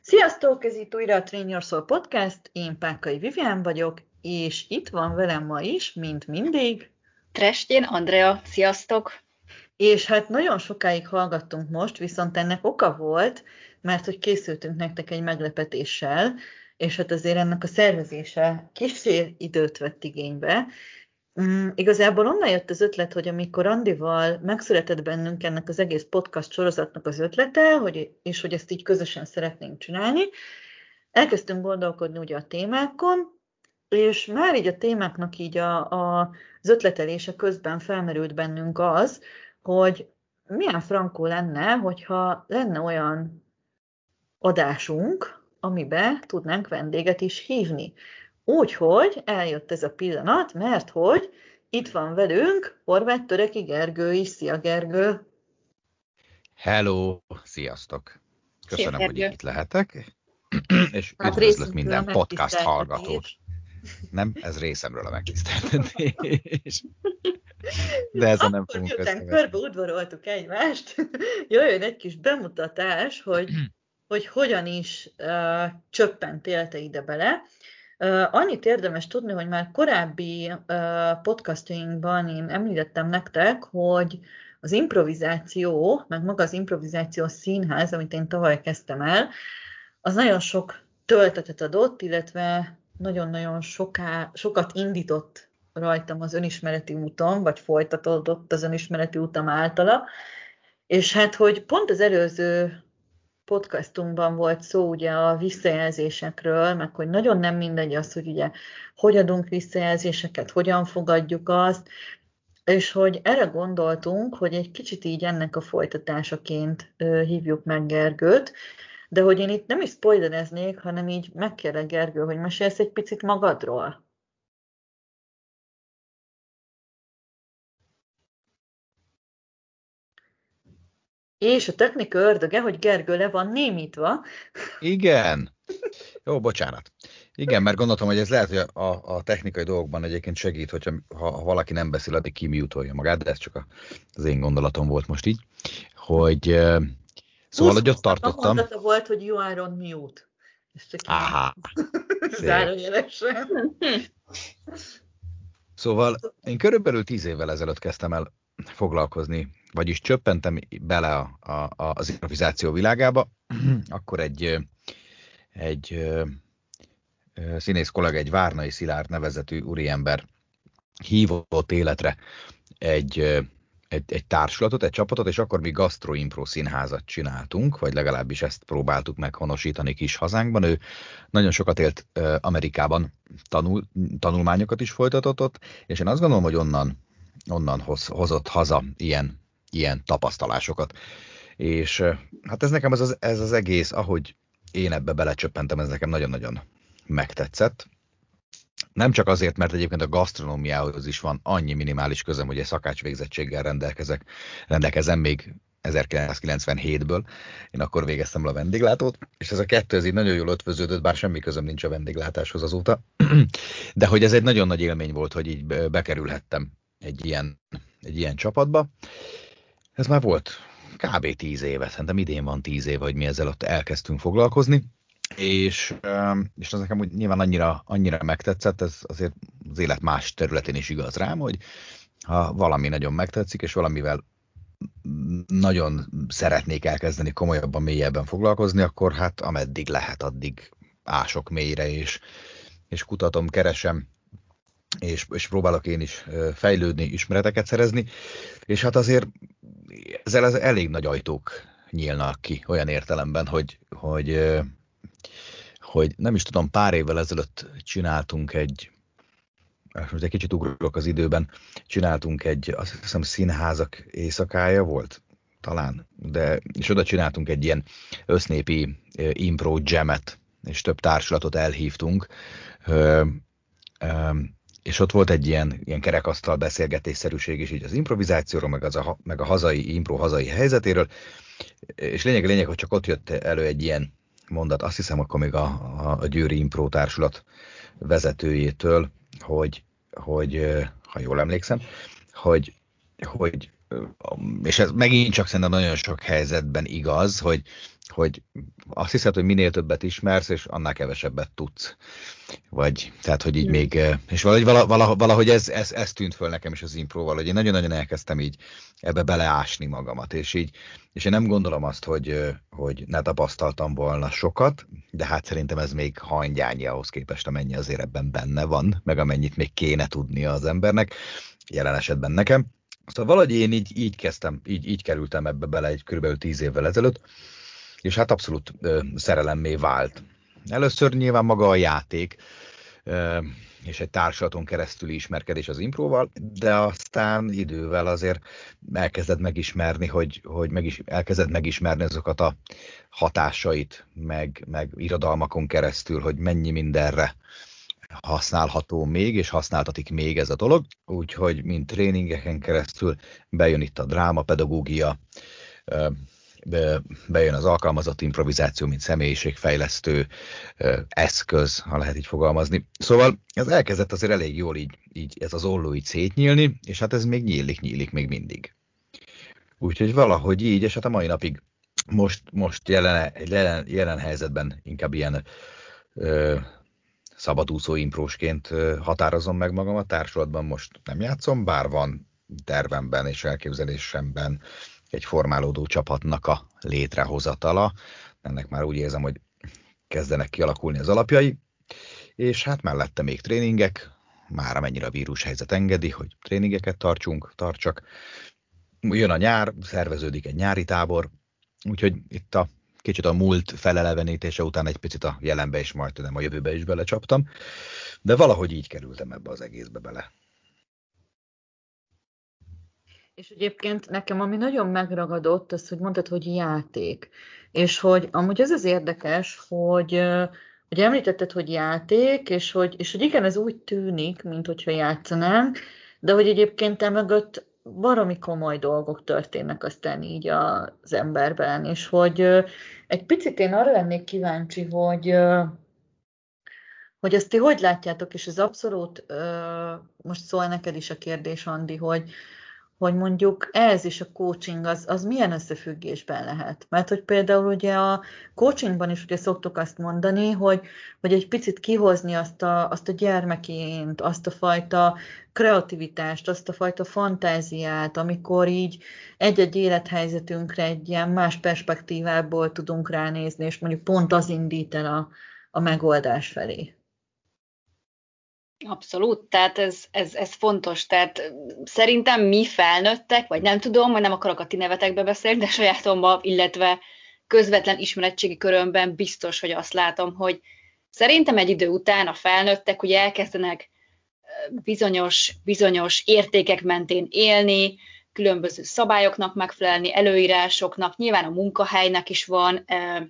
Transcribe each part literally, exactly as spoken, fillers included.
Sziasztok, ez itt újra a Train Your Soul Podcast, én Pákai Vivian vagyok, és itt van velem ma is, mint mindig. Trestjén Andrea, sziasztok! És hát nagyon sokáig hallgattunk most, viszont ennek oka volt, mert hogy készültünk nektek egy meglepetéssel, és hát azért ennek a szervezése kicsi időt vett igénybe. Mm, igazából onnan jött az ötlet, hogy amikor Andival megszületett bennünk ennek az egész podcast sorozatnak az ötlete, hogy, és hogy ezt így közösen szeretnénk csinálni, elkezdtünk gondolkodni ugye a témákon, és már így a témáknak így a, a, az ötletelése közben felmerült bennünk az, hogy milyen frankó lenne, hogyha lenne olyan adásunk, amiben tudnánk vendéget is hívni. Úgyhogy eljött ez a pillanat, mert hogy itt van velünk Horváth Töreki Gergő is. Szia, Gergő! Hello! Sziasztok! Köszönöm, Szia, hogy itt lehetek, és hát üdvözlök minden podcast hallgatót. Nem, ez részemről a megtiszteltetés. De ezen nem fogunk összevetni. Körbe udvaroltuk egymást. Jöjjön egy kis bemutatás, hogy, hogy hogyan is uh, csöppentél te ide bele. Uh, annyit érdemes tudni, hogy már korábbi uh, podcastjainkban én említettem nektek, hogy az improvizáció, meg maga az improvizációs színház, amit én tavaly kezdtem el, az nagyon sok töltetet adott, illetve nagyon-nagyon soká, sokat indított rajtam az önismereti úton, vagy folytatódott az önismereti útam általa. És hát, hogy pont az előző podcastunkban volt szó ugye a visszajelzésekről, meg hogy nagyon nem mindegy az, hogy ugye hogy adunk visszajelzéseket, hogyan fogadjuk azt, és hogy erre gondoltunk, hogy egy kicsit így ennek a folytatásaként hívjuk meg Gergőt, de hogy én itt nem is spoilereznék, hanem így megkérlek, Gergő, hogy mesélsz egy picit magadról. És a technika ördöge, hogy Gergő le van némítva. Igen. Jó, bocsánat. Igen, mert gondoltam, hogy ez lehet, hogy a, a, a technikai dolgokban egyébként segít, hogyha ha, ha valaki nem beszél, addig kimutolja magát, de ez csak a, az én gondolatom volt most így, hogy szóval, hogy ott tartottam. A volt, hogy you are on mute. Ez csak Áhá. Zárójelesen. Szóval én körülbelül tíz évvel ezelőtt kezdtem el foglalkozni, vagyis csöppentem bele a, a, az improvizáció világába. Akkor egy, egy színész kollega, egy Várnai Szilárd nevezetű úriember hívott életre egy, egy, egy társulatot, egy csapatot, és akkor mi gasztroimpro színházat csináltunk, vagy legalábbis ezt próbáltuk meghonosítani kis hazánkban. Ő nagyon sokat élt Amerikában, tanul, tanulmányokat is folytatott ott, és én azt gondolom, hogy onnan, onnan hoz, hozott haza ilyen, ilyen tapasztalásokat. És hát ez nekem ez az, ez az egész, ahogy én ebbe belecsöppentem, ez nekem nagyon-nagyon megtetszett. Nem csak azért, mert egyébként a gasztronómiához is van annyi minimális közöm, hogy egy szakácsvégzettséggel rendelkezek, rendelkezem még ezerkilencszázkilencvenhétből. Én akkor végeztem le a vendéglátót, és ez a kettő ez így nagyon jól ötvöződött, bár semmi közöm nincs a vendéglátáshoz azóta. De hogy ez egy nagyon nagy élmény volt, hogy így bekerülhettem egy ilyen, egy ilyen csapatba. Ez már volt kb. tíz éve, szerintem idén van tíz éve, hogy mi ezzel ott elkezdtünk foglalkozni. És, és az nekem úgy nyilván annyira, annyira megtetszett, ez azért az élet más területén is igaz rám, hogy ha valami nagyon megtetszik, és valamivel nagyon szeretnék elkezdeni komolyabban, mélyebben foglalkozni, akkor hát ameddig lehet, addig ások mélyre, és, és kutatom, keresem, és, és próbálok én is fejlődni, ismereteket szerezni, és hát azért ezzel az elég nagy ajtók nyílnak ki, olyan értelemben, hogy, hogy hogy nem is tudom, pár évvel ezelőtt csináltunk egy, most egy kicsit ugrok az időben, csináltunk egy, azt hiszem színházak éjszakája volt, talán, de és oda csináltunk egy ilyen össznépi impro jamet, és több társulatot elhívtunk, és ott volt egy ilyen, ilyen kerekasztal beszélgetésszerűség is így az improvizációról, meg, az a, meg a hazai impro hazai helyzetéről, és lényeg a lényeg, hogy csak ott jött elő egy ilyen mondat, azt hiszem akkor még a, a, a Győri Impro társulat vezetőjétől, hogy, hogy ha jól emlékszem, hogy, hogy és ez megint csak szerintem nagyon sok helyzetben igaz, hogy, hogy azt hiszed, hogy minél többet ismersz, és annál kevesebbet tudsz. Vagy, tehát, hogy így mm. még, és valahogy, valahogy, valahogy ez, ez, ez tűnt föl nekem is az impróval, hogy én nagyon-nagyon elkezdtem így ebbe beleásni magamat, és így, és én nem gondolom azt, hogy, hogy ne tapasztaltam volna sokat, de hát szerintem ez még hangyányi ahhoz képest, amennyi azért ebben benne van, meg amennyit még kéne tudnia az embernek, jelen esetben nekem. Szóval valahogy én így, így kezdtem, így, így kerültem ebbe bele egy körülbelül tíz évvel ezelőtt, és hát abszolút ö, szerelemmé vált. Először nyilván maga a játék, ö, és egy társulaton keresztüli ismerkedés az impróval, de aztán idővel azért elkezded megismerni, hogy, hogy meg is, elkezded megismerni azokat a hatásait, meg, meg irodalmakon keresztül, hogy mennyi mindenre használható még, és használtatik még ez a dolog. Úgyhogy mint tréningeken keresztül bejön itt a drámapedagógia, Be, bejön az alkalmazott improvizáció, mint személyiségfejlesztő eszköz, ha lehet így fogalmazni. Szóval ez elkezdett azért elég jól így, így ez az olló így szétnyílni, és hát ez még nyílik, nyílik még mindig. Úgyhogy valahogy így, és hát a mai napig most, most jelen, jelen, jelen helyzetben inkább ilyen ö, szabadúszó imprósként határozom meg magam a társulatban, most nem játszom, bár van tervemben és elképzelésemben egy formálódó csapatnak a létrehozatala. Ennek már úgy érzem, hogy kezdenek kialakulni az alapjai, és hát mellette még tréningek, már amennyire a vírushelyzet engedi, hogy tréningeket tartsunk, tartsak. Jön a nyár, szerveződik egy nyári tábor, úgyhogy itt a kicsit a múlt felelevenítése után egy picit a jelenbe és majd nem a jövőbe is belecsaptam, de valahogy így kerültem ebbe az egészbe bele. És egyébként nekem ami nagyon megragadott, az, hogy mondtad, hogy játék. És hogy amúgy az az érdekes, hogy, hogy említetted, hogy játék, és hogy, és hogy igen, ez úgy tűnik, mint hogyha játszanánk, de hogy egyébként emögött baromi komoly dolgok történnek aztán így az emberben, és hogy egy picit én arra lennék kíváncsi, hogy, hogy ezt ti hogy látjátok, és ez abszolút, most szól neked is a kérdés, Andi, hogy hogy mondjuk ez és a coaching az, az milyen összefüggésben lehet. Mert hogy például ugye a coachingban is ugye szoktuk azt mondani, hogy, hogy egy picit kihozni azt a, azt a gyermeként, azt a fajta kreativitást, azt a fajta fantáziát, amikor így egy-egy élethelyzetünkre egy ilyen más perspektívából tudunk ránézni, és mondjuk pont az indít el a, a megoldás felé. Abszolút, tehát ez, ez, ez fontos, tehát szerintem mi felnőttek, vagy nem tudom, vagy nem akarok a ti nevetekbe beszélni, de sajátomban, illetve közvetlen ismeretségi körömben biztos, hogy azt látom, hogy szerintem egy idő után a felnőttek ugye elkezdenek bizonyos, bizonyos értékek mentén élni, különböző szabályoknak megfelelni, előírásoknak, nyilván a munkahelynek is van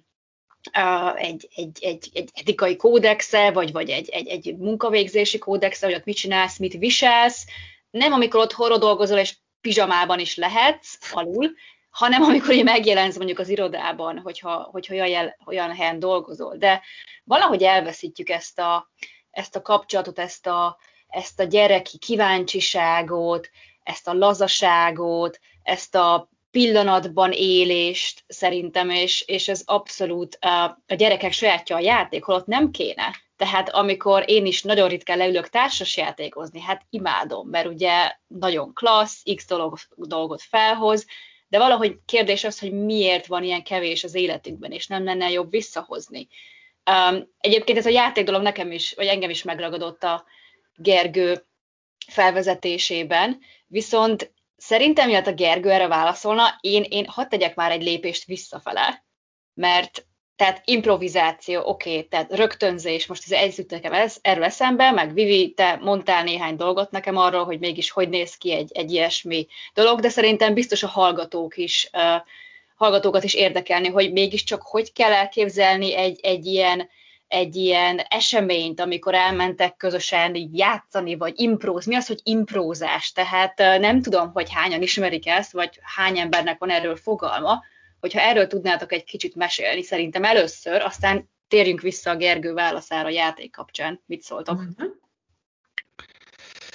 Egy, egy, egy, egy etikai kódexe, vagy, vagy egy, egy, egy munkavégzési kódexe, hogy ott mit csinálsz, mit viselsz. Nem amikor ott horror dolgozol, és pizsamában is lehetsz alul, hanem amikor így megjelensz mondjuk az irodában, hogyha, hogyha olyan, olyan helyen dolgozol. De valahogy elveszítjük ezt a, ezt a kapcsolatot, ezt a, ezt a gyereki kíváncsiságot, ezt a lazaságot, ezt a pillanatban élést szerintem, és, és ez abszolút a gyerekek sajátja a játék, holott nem kéne. Tehát amikor én is nagyon ritkán leülök társasjátékozni, hát imádom, mert ugye nagyon klassz, x dolog, dolgot felhoz, de valahogy kérdés az, hogy miért van ilyen kevés az életünkben, és nem lenne jobb visszahozni. Um, egyébként ez a játék dolog nekem is, vagy engem is megragadott a Gergő felvezetésében, viszont szerintem, miatt a Gergő erre válaszolna, én, én hadd tegyek már egy lépést visszafele, mert tehát improvizáció, oké, okay, tehát rögtönzés, most ez egy jut nekem ez, erről eszembe, meg Vivi, te mondtál néhány dolgot nekem arról, hogy mégis hogy néz ki egy, egy ilyesmi dolog, de szerintem biztos a hallgatók is, uh, hallgatókat is érdekelni, hogy mégiscsak hogy kell elképzelni egy, egy ilyen egy ilyen eseményt, amikor elmentek közösen játszani, vagy impróz. Mi az, hogy imprózás? Tehát nem tudom, hogy hányan ismerik ezt, vagy hány embernek van erről fogalma, hogyha erről tudnátok egy kicsit mesélni, szerintem először, aztán térjünk vissza a Gergő válaszára a játék kapcsán. Mit szóltok?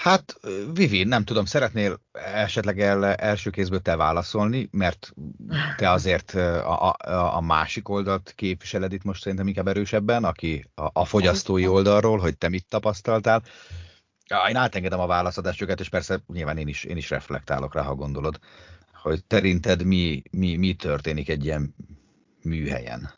Hát, Vivi, nem tudom, szeretnél esetleg el, első kézből te válaszolni, mert te azért a, a, a másik oldalt képviseled itt most szerintem inkább erősebben, aki a, a fogyasztói oldalról, hogy te mit tapasztaltál. Ja, én átengedem a válaszadásokat, és persze nyilván én is, én is reflektálok rá, ha gondolod, hogy szerinted mi, mi, mi történik egy ilyen műhelyen.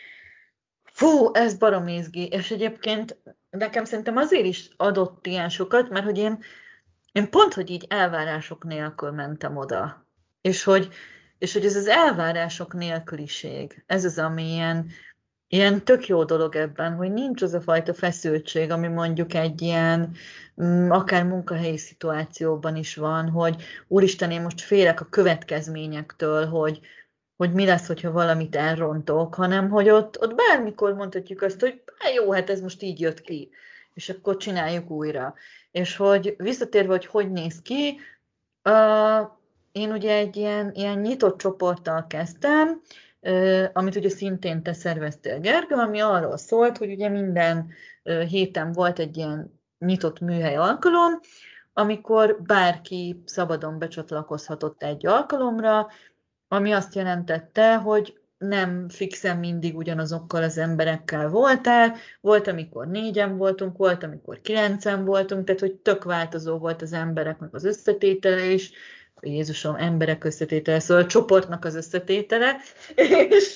Fú, ez barom izgi, és egyébként nekem szerintem azért is adott ilyen sokat, mert hogy én, én pont, hogy így elvárások nélkül mentem oda. És hogy, és hogy ez az elvárások nélküliség, ez az, ami ilyen, ilyen tök jó dolog ebben, hogy nincs az a fajta feszültség, ami mondjuk egy ilyen, akár munkahelyi szituációban is van, hogy úristen, én most félek a következményektől, hogy, hogy mi lesz, hogyha valamit elrontok, hanem hogy ott, ott bármikor mondhatjuk azt, hogy jó, hát ez most így jött ki, és akkor csináljuk újra. És hogy visszatérve, hogy hogy néz ki, uh, én ugye egy ilyen, ilyen nyitott csoporttal kezdtem, uh, amit ugye szintén te szerveztél, Gergő, ami arról szólt, hogy ugye minden uh, héten volt egy ilyen nyitott műhely alkalom, amikor bárki szabadon becsatlakozhatott egy alkalomra, ami azt jelentette, hogy nem fixen mindig ugyanazokkal az emberekkel voltál, volt, amikor négyen voltunk, volt, amikor kilencen voltunk, tehát hogy tök változó volt az embereknek az összetétele is, Jézusom, emberek összetétele, szóval a csoportnak az összetétele, és,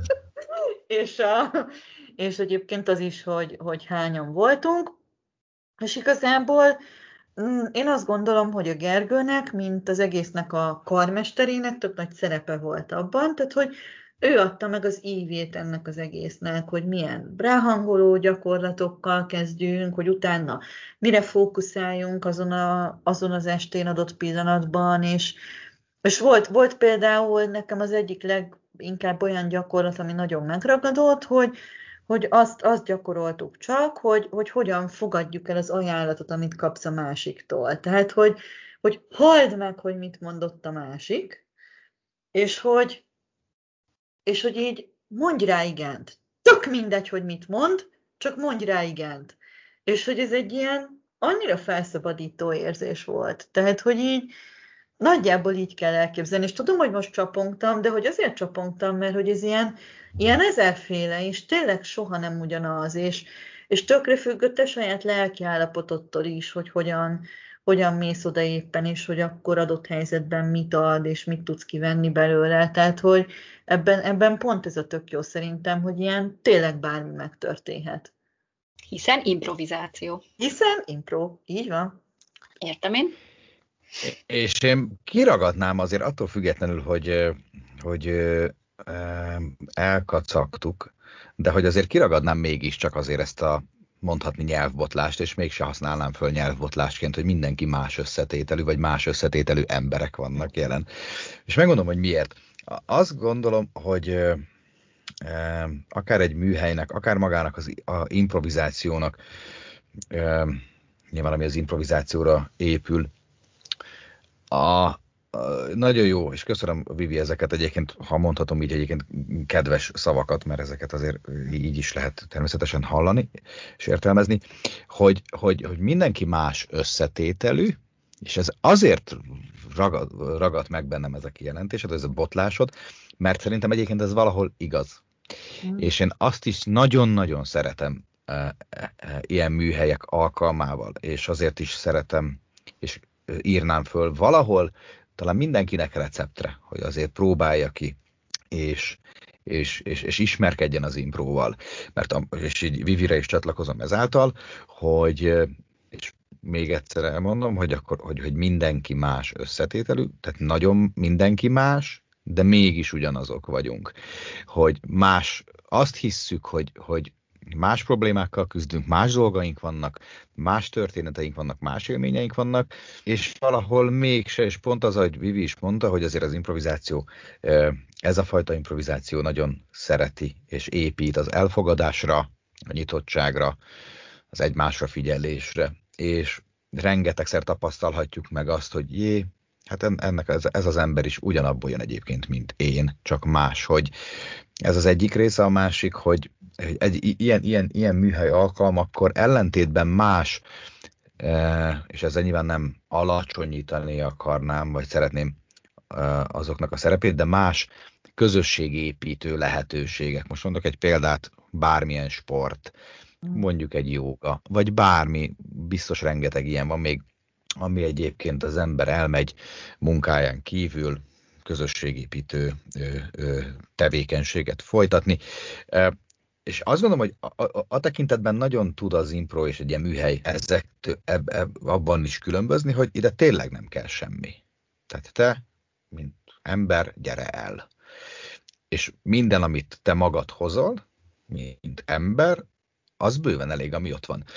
és, a, és egyébként az is, hogy, hogy hányan voltunk, és igazából én azt gondolom, hogy a Gergőnek, mint az egésznek a karmesterének tök nagy szerepe volt abban, tehát hogy ő adta meg az ívét ennek az egésznek, hogy milyen ráhangoló gyakorlatokkal kezdjünk, hogy utána mire fókuszáljunk azon, a, azon az estén adott pillanatban, és, és volt, volt például nekem az egyik leginkább olyan gyakorlat, ami nagyon megragadott, hogy hogy azt, azt gyakoroltuk csak, hogy, hogy hogyan fogadjuk el az ajánlatot, amit kapsz a másiktól. Tehát, hogy, hogy halld meg, hogy mit mondott a másik, és hogy, és hogy így mondj rá igent. Tök mindegy, hogy mit mond, csak mondj rá igent. És hogy ez egy ilyen annyira felszabadító érzés volt. Tehát, hogy így nagyjából így kell elképzelni. És tudom, hogy most csapongtam, de hogy azért csapongtam, mert hogy ez ilyen, ilyen ezerféle, és tényleg soha nem ugyanaz, és, és tökre függött a saját lelkiállapotottól is, hogy hogyan, hogyan mész oda éppen, és hogy akkor adott helyzetben mit ad, és mit tudsz kivenni belőle. Tehát, hogy ebben, ebben pont ez a tök jó szerintem, hogy ilyen tényleg bármi megtörténhet. Hiszen improvizáció. Hiszen impro, így van. Értem én. És én kiragadnám azért attól függetlenül, hogy, hogy elkacagtuk, de hogy azért kiragadnám mégiscsak azért ezt a mondhatni nyelvbotlást, és mégse használnám föl nyelvbotlásként, hogy mindenki más összetételű, vagy más összetételű emberek vannak jelen. És megmondom, hogy miért. Azt gondolom, hogy akár egy műhelynek, akár magának az a improvizációnak, nyilván ami az improvizációra épül, A, a, nagyon jó, és köszönöm, Vivi, ezeket egyébként, ha mondhatom így, egyébként kedves szavakat, mert ezeket azért így is lehet természetesen hallani és értelmezni, hogy, hogy, hogy mindenki más összetételű, és ez azért ragad, ragad meg bennem ez a kijelentésed, ez a botlásod, mert szerintem egyébként ez valahol igaz. Mm. És én azt is nagyon-nagyon szeretem e, e, e, ilyen műhelyek alkalmával, és azért is szeretem, és írnám föl valahol, talán mindenkinek receptre, hogy azért próbálja ki, és, és, és, és ismerkedjen az impróval. Mert a, és így Vivire is csatlakozom ezáltal, hogy, és még egyszer elmondom, hogy, akkor, hogy, hogy mindenki más összetételű, tehát nagyon mindenki más, de mégis ugyanazok vagyunk. Hogy más, azt hisszük, hogy, hogy más problémákkal küzdünk, más dolgaink vannak, más történeteink vannak, más élményeink vannak, és valahol mégse, és pont az, ahogy Vivi is mondta, hogy azért az improvizáció, ez a fajta improvizáció nagyon szereti és épít az elfogadásra, a nyitottságra, az egymásra figyelésre, és rengetegszer tapasztalhatjuk meg azt, hogy jé, hát ennek ez, ez az ember is ugyanabból jön egyébként, mint én, csak más, hogy ez az egyik része, a másik, hogy egy ilyen, ilyen, ilyen műhely alkalmakkor ellentétben más és ezzel nyilván nem alacsonyítani akarnám, vagy szeretném azoknak a szerepét, de más közösségépítő lehetőségek. Most mondok egy példát, bármilyen sport, mondjuk egy jóga, vagy bármi, biztos rengeteg ilyen van még, ami egyébként az ember elmegy munkáján kívül közösségépítő tevékenységet folytatni. És azt gondolom, hogy a, a, a tekintetben nagyon tud az impro és egy ilyen műhely ezektől, eb, eb, abban is különbözni, hogy ide tényleg nem kell semmi. Tehát te, mint ember, gyere el. És minden, amit te magad hozol, mint ember, az bőven elég, ami ott van.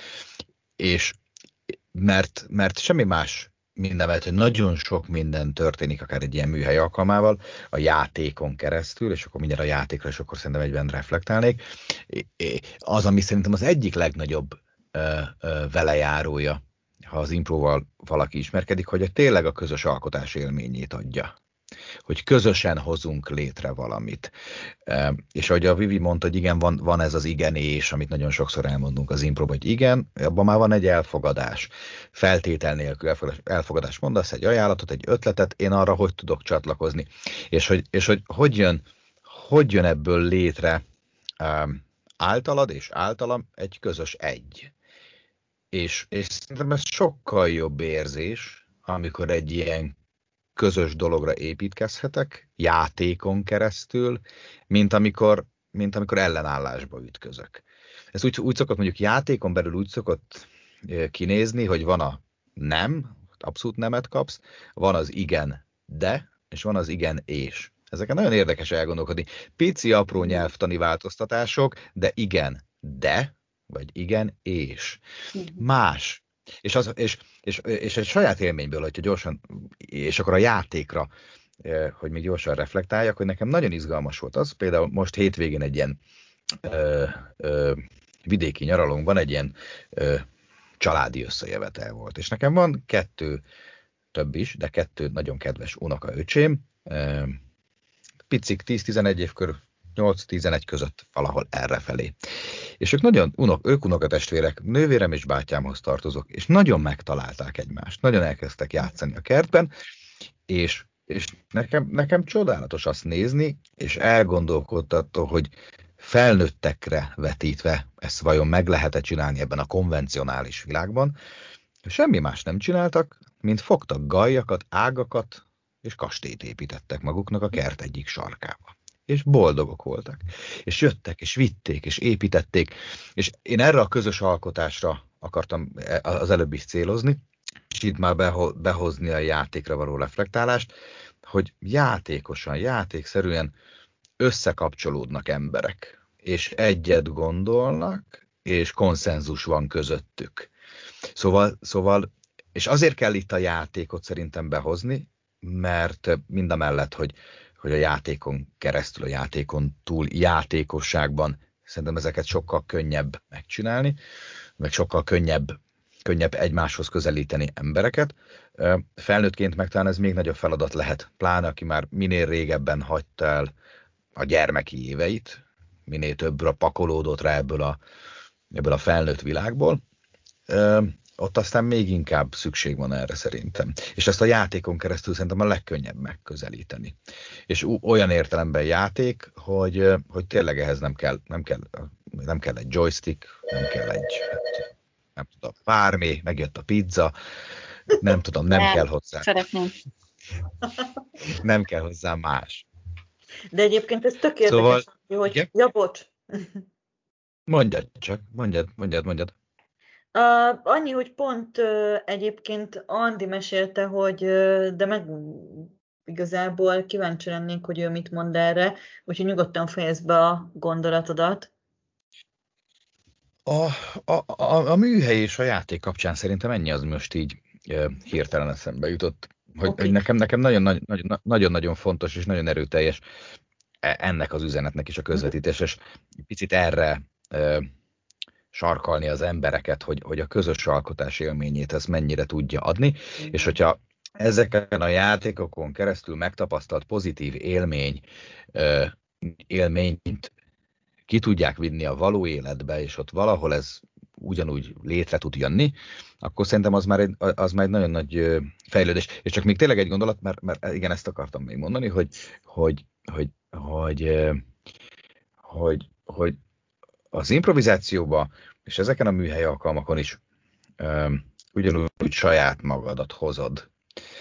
És mert, mert semmi más minden, hogy nagyon sok minden történik, akár egy ilyen műhely alkalmával, a játékon keresztül, és akkor mindjárt a játékra, és akkor szerintem egyben reflektálnék. Az, ami szerintem az egyik legnagyobb ö, ö, velejárója, ha az improval valaki ismerkedik, hogy tényleg a közös alkotás élményét adja. Hogy közösen hozunk létre valamit. És ahogy a Vivi mondta, hogy igen, van, van ez az igen és, amit nagyon sokszor elmondunk az improba, hogy igen, abban már van egy elfogadás. Feltétel nélkül elfogadás, elfogadás mondasz, egy ajánlatot, egy ötletet, én arra hogy tudok csatlakozni. És hogy, és hogy, hogy, jön, hogy jön ebből létre um, általad és általam egy közös egy. És, és szerintem ez sokkal jobb érzés, amikor egy ilyen közös dologra építkezhetek, játékon keresztül, mint amikor, mint amikor ellenállásba ütközök. Ez úgy, úgy szokott mondjuk játékon belül úgy szokott kinézni, hogy van a nem, abszolút nemet kapsz, van az igen, de, és van az igen és. Ezeken nagyon érdekes elgondolkodni. Pici, apró nyelvtani változtatások, de igen, de, vagy igen és. Más. És, az, és, és, és egy saját élményből, hogyha gyorsan, és akkor a játékra, hogy még gyorsan reflektáljak, hogy nekem nagyon izgalmas volt az, például most hétvégén egy ilyen ö, ö, vidéki nyaralónkban egy ilyen ö, családi összejövetel volt, és nekem van kettő, több is, de kettő nagyon kedves unokaöcsém, ö, picik, tíz-tizenegy év körül, nyolc-tizenegy között valahol errefelé. És ők nagyon, unok, ők unokatestvérek, nővérem és bátyámhoz tartozok, és nagyon megtalálták egymást, nagyon elkezdtek játszani a kertben, és, és nekem, nekem csodálatos azt nézni, és elgondolkodtató, hogy felnőttekre vetítve ezt vajon meg lehet-e csinálni ebben a konvencionális világban. Semmi más nem csináltak, mint fogtak gajjakat, ágakat, és kastélyt építettek maguknak a kert egyik sarkába. És boldogok voltak. És jöttek, és vitték, és építették. És én erre a közös alkotásra akartam az előbb is célozni, és itt már behozni a játékra való reflektálást, hogy játékosan, játékszerűen összekapcsolódnak emberek, és egyet gondolnak, és konszenzus van közöttük. Szóval, szóval és azért kell itt a játékot szerintem behozni, mert mindamellett, hogy hogy a játékon keresztül, a játékon túl játékosságban szerintem ezeket sokkal könnyebb megcsinálni, meg sokkal könnyebb, könnyebb egymáshoz közelíteni embereket. Felnőttként meg talán ez még nagyobb feladat lehet, pláne aki már minél régebben hagyta el a gyermeki éveit, minél többra pakolódott rá ebből a, ebből a felnőtt világból. Ott aztán még inkább szükség van erre szerintem. És ezt a játékon keresztül szerintem a legkönnyebb megközelíteni. És olyan értelemben játék, hogy, hogy tényleg ehhez nem kell, nem, kell, nem kell egy joystick, nem kell egy, nem tudom, bármi, megjött a pizza, nem tudom, nem, nem kell hozzá. Szeretném. Nem kell hozzá más. De egyébként ez tök érdekes, szóval, hogy... Igen? Ja, bocs. Mondjad csak, mondjad, mondjad, mondjad. Uh, annyi, hogy pont uh, egyébként Andi mesélte, hogy uh, de meg igazából kíváncsi lennék, hogy ő mit mond erre, úgyhogy nyugodtan fejezd be a gondolatodat. A, a, a, a műhely és a játék kapcsán szerintem ennyi az most így uh, hirtelen eszembe jutott, hogy, okay. hogy nekem, nekem nagyon, nagyon, nagyon, nagyon fontos és nagyon erőteljes ennek az üzenetnek is a közvetítés, és picit erre uh, sarkalni az embereket, hogy, hogy a közös alkotás élményét ez mennyire tudja adni, mm. és hogyha ezeken a játékokon keresztül megtapasztalt pozitív élmény, élményt ki tudják vinni a való életbe, és ott valahol ez ugyanúgy létre tud jönni, akkor szerintem az már egy, az már egy nagyon nagy fejlődés. És csak még tényleg egy gondolat, mert, mert igen, ezt akartam még mondani, hogy, hogy, hogy, hogy, hogy, hogy az improvizációban és ezeken a műhely alkalmakon is ugyanúgy saját magadat hozod.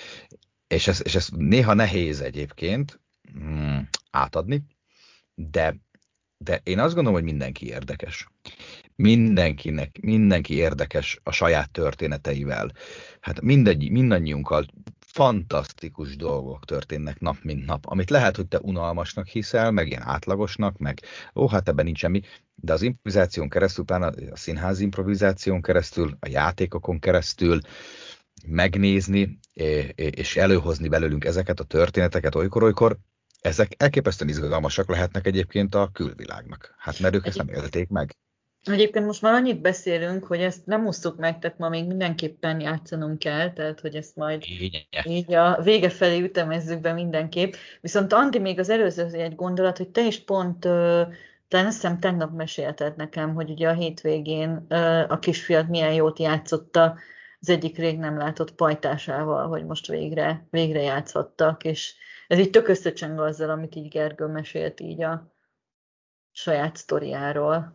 És ez, és ez néha nehéz egyébként mm, átadni, de, de én azt gondolom, hogy mindenki érdekes. Mindenkinek, mindenki érdekes a saját történeteivel. Hát mindegy, mindannyiunkkal fantasztikus dolgok történnek nap mint nap, amit lehet, hogy te unalmasnak hiszel, meg ilyen átlagosnak, meg ó, hát ebben nincs semmi, de az improvizáción keresztül, pláne a színházi improvizáción keresztül, a játékokon keresztül megnézni és előhozni belőlünk ezeket a történeteket olykor-olykor, ezek elképesztően izgalmasak lehetnek egyébként a külvilágnak. Hát mert ők ezt nem élték meg. Egyébként most már annyit beszélünk, hogy ezt nem ússzuk meg, tehát ma még mindenképpen játszanunk kell, tehát hogy ezt majd így a vége felé ütemezzük be mindenképp. Viszont Andi, még az előző egy gondolat, hogy te is pont, talán azt hiszem tegnap mesélted nekem, hogy ugye a hétvégén a kisfiad milyen jót játszotta az egyik rég nem látott pajtásával, hogy most végre, végre játszhattak, és ez így tök összecseng azzal, amit így Gergő mesélt így a saját sztoriáról.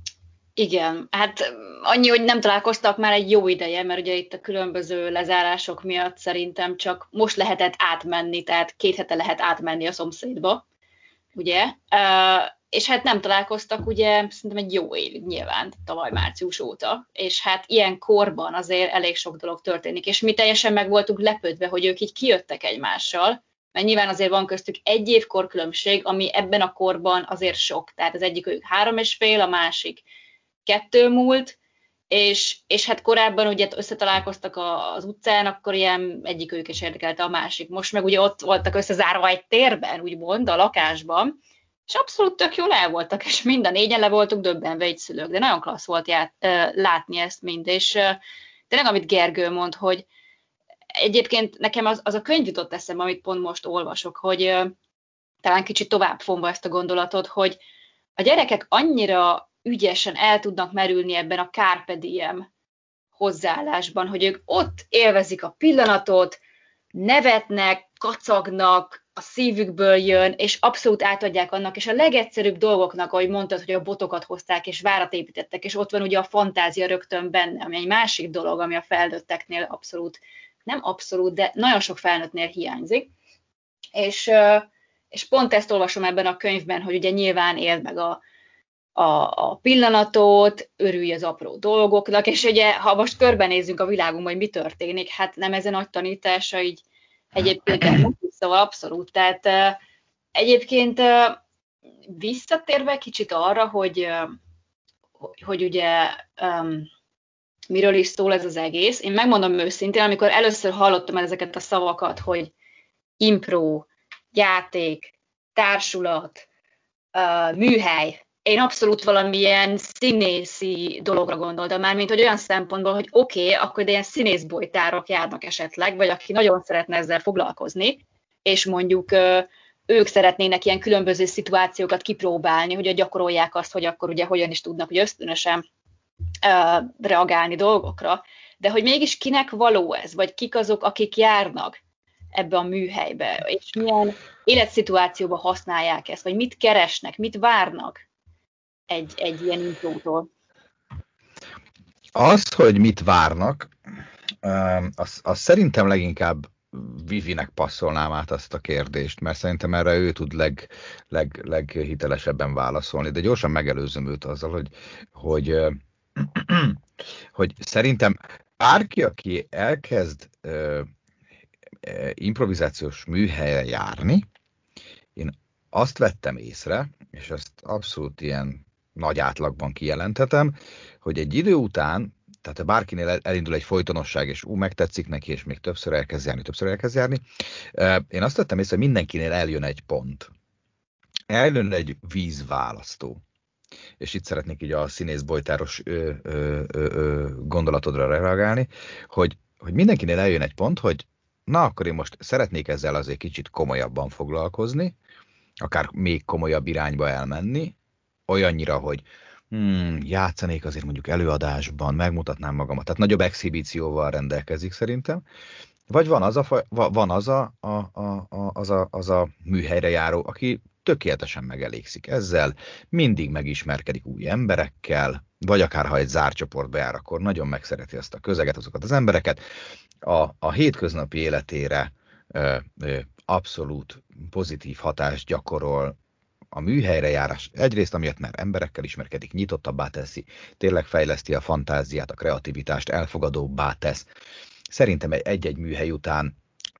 Igen, hát annyi, hogy nem találkoztak már egy jó ideje, mert ugye itt a különböző lezárások miatt szerintem csak most lehetett átmenni, tehát két hete lehet átmenni a szomszédba, ugye? Uh, és hát nem találkoztak ugye szerintem egy jó évig nyilván, tavaly március óta, és hát ilyen korban azért elég sok dolog történik, és mi teljesen meg voltunk lepődve, hogy ők így kijöttek egymással, mert nyilván azért van köztük egy év korkülönbség, ami ebben a korban azért sok, tehát az egyik ők három és fél, a másik kettő múlt, és, és hát korábban ugye összetalálkoztak az utcán, akkor ilyen egyik ők is érdekelte a másik. Most meg ugye ott voltak összezárva egy térben, úgymond, a lakásban, és abszolút tök jól el voltak, és mind a négyen le voltunk döbbenve így szülők, de nagyon klassz volt ját, látni ezt mind, és tényleg, amit Gergő mond, hogy egyébként nekem az, az a könyv jutott eszembe, amit pont most olvasok, hogy talán kicsit tovább fonva ezt a gondolatot, hogy a gyerekek annyira ügyesen el tudnak merülni ebben a carpe diem hozzáállásban, hogy ők ott élvezik a pillanatot, nevetnek, kacagnak, a szívükből jön, és abszolút átadják annak, és a legegyszerűbb dolgoknak, ahogy mondtad, hogy a botokat hozták, és várat építettek, és ott van ugye a fantázia rögtön benne, ami egy másik dolog, ami a felnőtteknél abszolút, nem abszolút, de nagyon sok felnőttnél hiányzik. És, és pont ezt olvasom ebben a könyvben, hogy ugye nyilván éld meg a A, a pillanatot, örülj az apró dolgoknak, és ugye, ha most körbenézzünk a világunkban, hogy mi történik, hát nem ezen nagy tanítása így egyébként nem, szóval abszolút. Tehát uh, egyébként uh, visszatérve kicsit arra, hogy, uh, hogy ugye um, miről is szól ez az egész, én megmondom őszintén, amikor először hallottam ezeket a szavakat, hogy impro, játék, társulat, uh, műhely, én abszolút valamilyen színészi dologra gondoltam már, mint hogy olyan szempontból, hogy oké, okay, akkor ilyen színészbolytárok járnak esetleg, vagy aki nagyon szeretne ezzel foglalkozni, és mondjuk ők szeretnének ilyen különböző szituációkat kipróbálni, hogy gyakorolják azt, hogy akkor ugye hogyan is tudnak ugye ösztönösen uh, reagálni dolgokra, de hogy mégis kinek való ez, vagy kik azok, akik járnak ebbe a műhelybe, és milyen életszituációban használják ezt, vagy mit keresnek, mit várnak egy, egy ilyen imprótól? Az, hogy mit várnak, az, az szerintem leginkább Vivinek passzolnám át azt a kérdést, mert szerintem erre ő tud leg, leg, leghitelesebben válaszolni, de gyorsan megelőzöm őt azzal, hogy, hogy, hogy szerintem bárki, aki elkezd uh, improvizációs műhelyre járni, én azt vettem észre, és ezt abszolút ilyen nagy átlagban kijelenthetem, hogy egy idő után, tehát ha bárkinél elindul egy folytonosság, és ú, megtetszik neki, és még többször elkezd járni, többször elkezd járni, én azt vettem észre, hogy mindenkinél eljön egy pont. Eljön egy vízválasztó. És itt szeretnék így a színészbolytáros ö, ö, ö, ö, gondolatodra reagálni, hogy, hogy mindenkinél eljön egy pont, hogy na, akkor én most szeretnék ezzel azért kicsit komolyabban foglalkozni, akár még komolyabb irányba elmenni, olyannyira, hogy Hmm, játszanék azért mondjuk előadásban, megmutatnám magamat. Tehát nagyobb exhibícióval rendelkezik szerintem. Vagy van az a, faj, van az a, a, a, a, az, a, az a műhelyre járó, aki tökéletesen megelégszik ezzel, mindig megismerkedik új emberekkel, vagy akár ha egy zárt csoportba jár, akkor nagyon megszereti ezt a közeget, azokat az embereket. A, a hétköznapi életére ö, ö, abszolút pozitív hatást gyakorol a műhelyre járás. Egyrészt amiatt, mert emberekkel ismerkedik, nyitottabbá teszi, tényleg fejleszti a fantáziát, a kreativitást, elfogadóbbá tesz. Szerintem egy-egy műhely után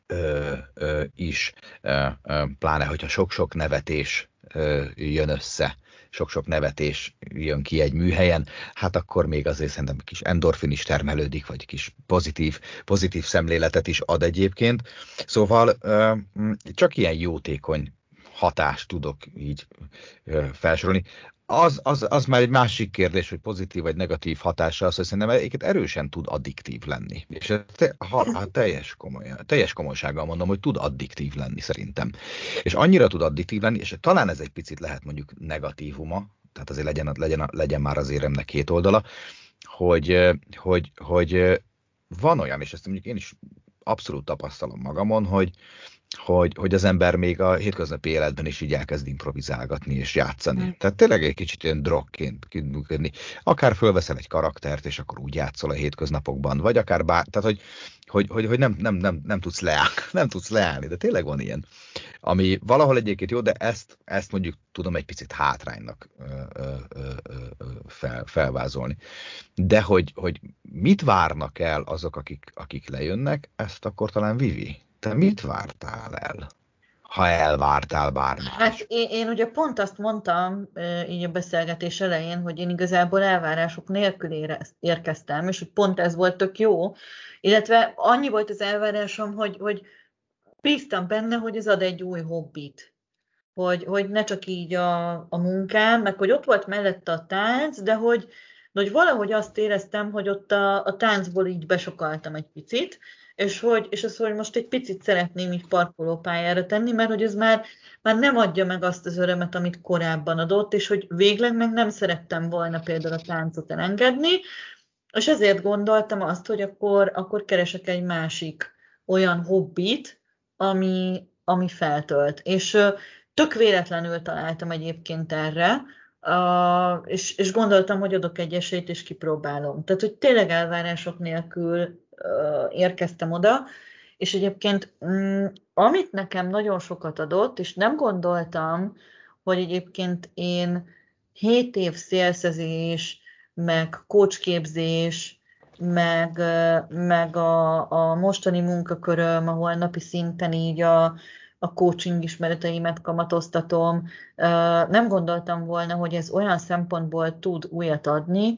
ö, ö, is, ö, ö, pláne, hogyha sok-sok nevetés ö, jön össze, sok-sok nevetés jön ki egy műhelyen, hát akkor még azért szerintem kis endorfin is termelődik, vagy kis pozitív, pozitív szemléletet is ad egyébként. Szóval ö, csak ilyen jótékony hatást tudok így ö, felsorolni. Az, az, az már egy másik kérdés, hogy pozitív vagy negatív hatása az, hogy szerintem egyébként erősen tud addiktív lenni. És te, ha, ha teljes, komoly, teljes komolysággal mondom, hogy tud addiktív lenni szerintem. És annyira tud addiktív lenni, és talán ez egy picit lehet mondjuk negatívuma, tehát azért legyen, legyen, legyen már az éremnek két oldala, hogy, hogy, hogy van olyan, és ezt mondjuk én is abszolút tapasztalom magamon, hogy Hogy, hogy az ember még a hétköznapi életben is így elkezd improvizálgatni és játszani. Mm. Tehát tényleg egy kicsit ilyen drogként működni. Akár fölveszel egy karaktert, és akkor úgy játszol a hétköznapokban, vagy akár bár, tehát hogy, hogy, hogy, hogy nem, nem, nem, nem, tudsz leállni, nem tudsz leállni, de tényleg van ilyen. Ami valahol egyébként jó, de ezt, ezt mondjuk tudom egy picit hátránynak ö, ö, ö, fel, felvázolni. De hogy, hogy mit várnak el azok, akik, akik lejönnek, ezt akkor talán Vivi. Te mit vártál el, ha elvártál bármit? Hát én, én ugye pont azt mondtam így a beszélgetés elején, hogy én igazából elvárások nélkül érkeztem, és hogy pont ez volt tök jó, illetve annyi volt az elvárásom, hogy, hogy bíztam benne, hogy ez ad egy új hobbit. Hogy, hogy ne csak így a, a munkám, meg hogy ott volt mellette a tánc, de hogy, de hogy valahogy azt éreztem, hogy ott a, a táncból így besokaltam egy picit, és hogy, és az, hogy most egy picit szeretném így parkolópályára tenni, mert hogy ez már, már nem adja meg azt az örömet, amit korábban adott, és hogy végleg meg nem szerettem volna például a táncot elengedni, és ezért gondoltam azt, hogy akkor, akkor keresek egy másik olyan hobbit, ami, ami feltölt. És tök véletlenül találtam egyébként erre, Uh, és, és gondoltam, hogy adok egy esélyt, és kipróbálom. Tehát, hogy tényleg elvárások nélkül uh, érkeztem oda, és egyébként um, amit nekem nagyon sokat adott, és nem gondoltam, hogy egyébként én hét év szélszezés, meg coachképzés, meg, meg a, a mostani munkaköröm, ahol napi szinten így a a coaching ismereteimet kamatoztatom. Nem gondoltam volna, hogy ez olyan szempontból tud újat adni,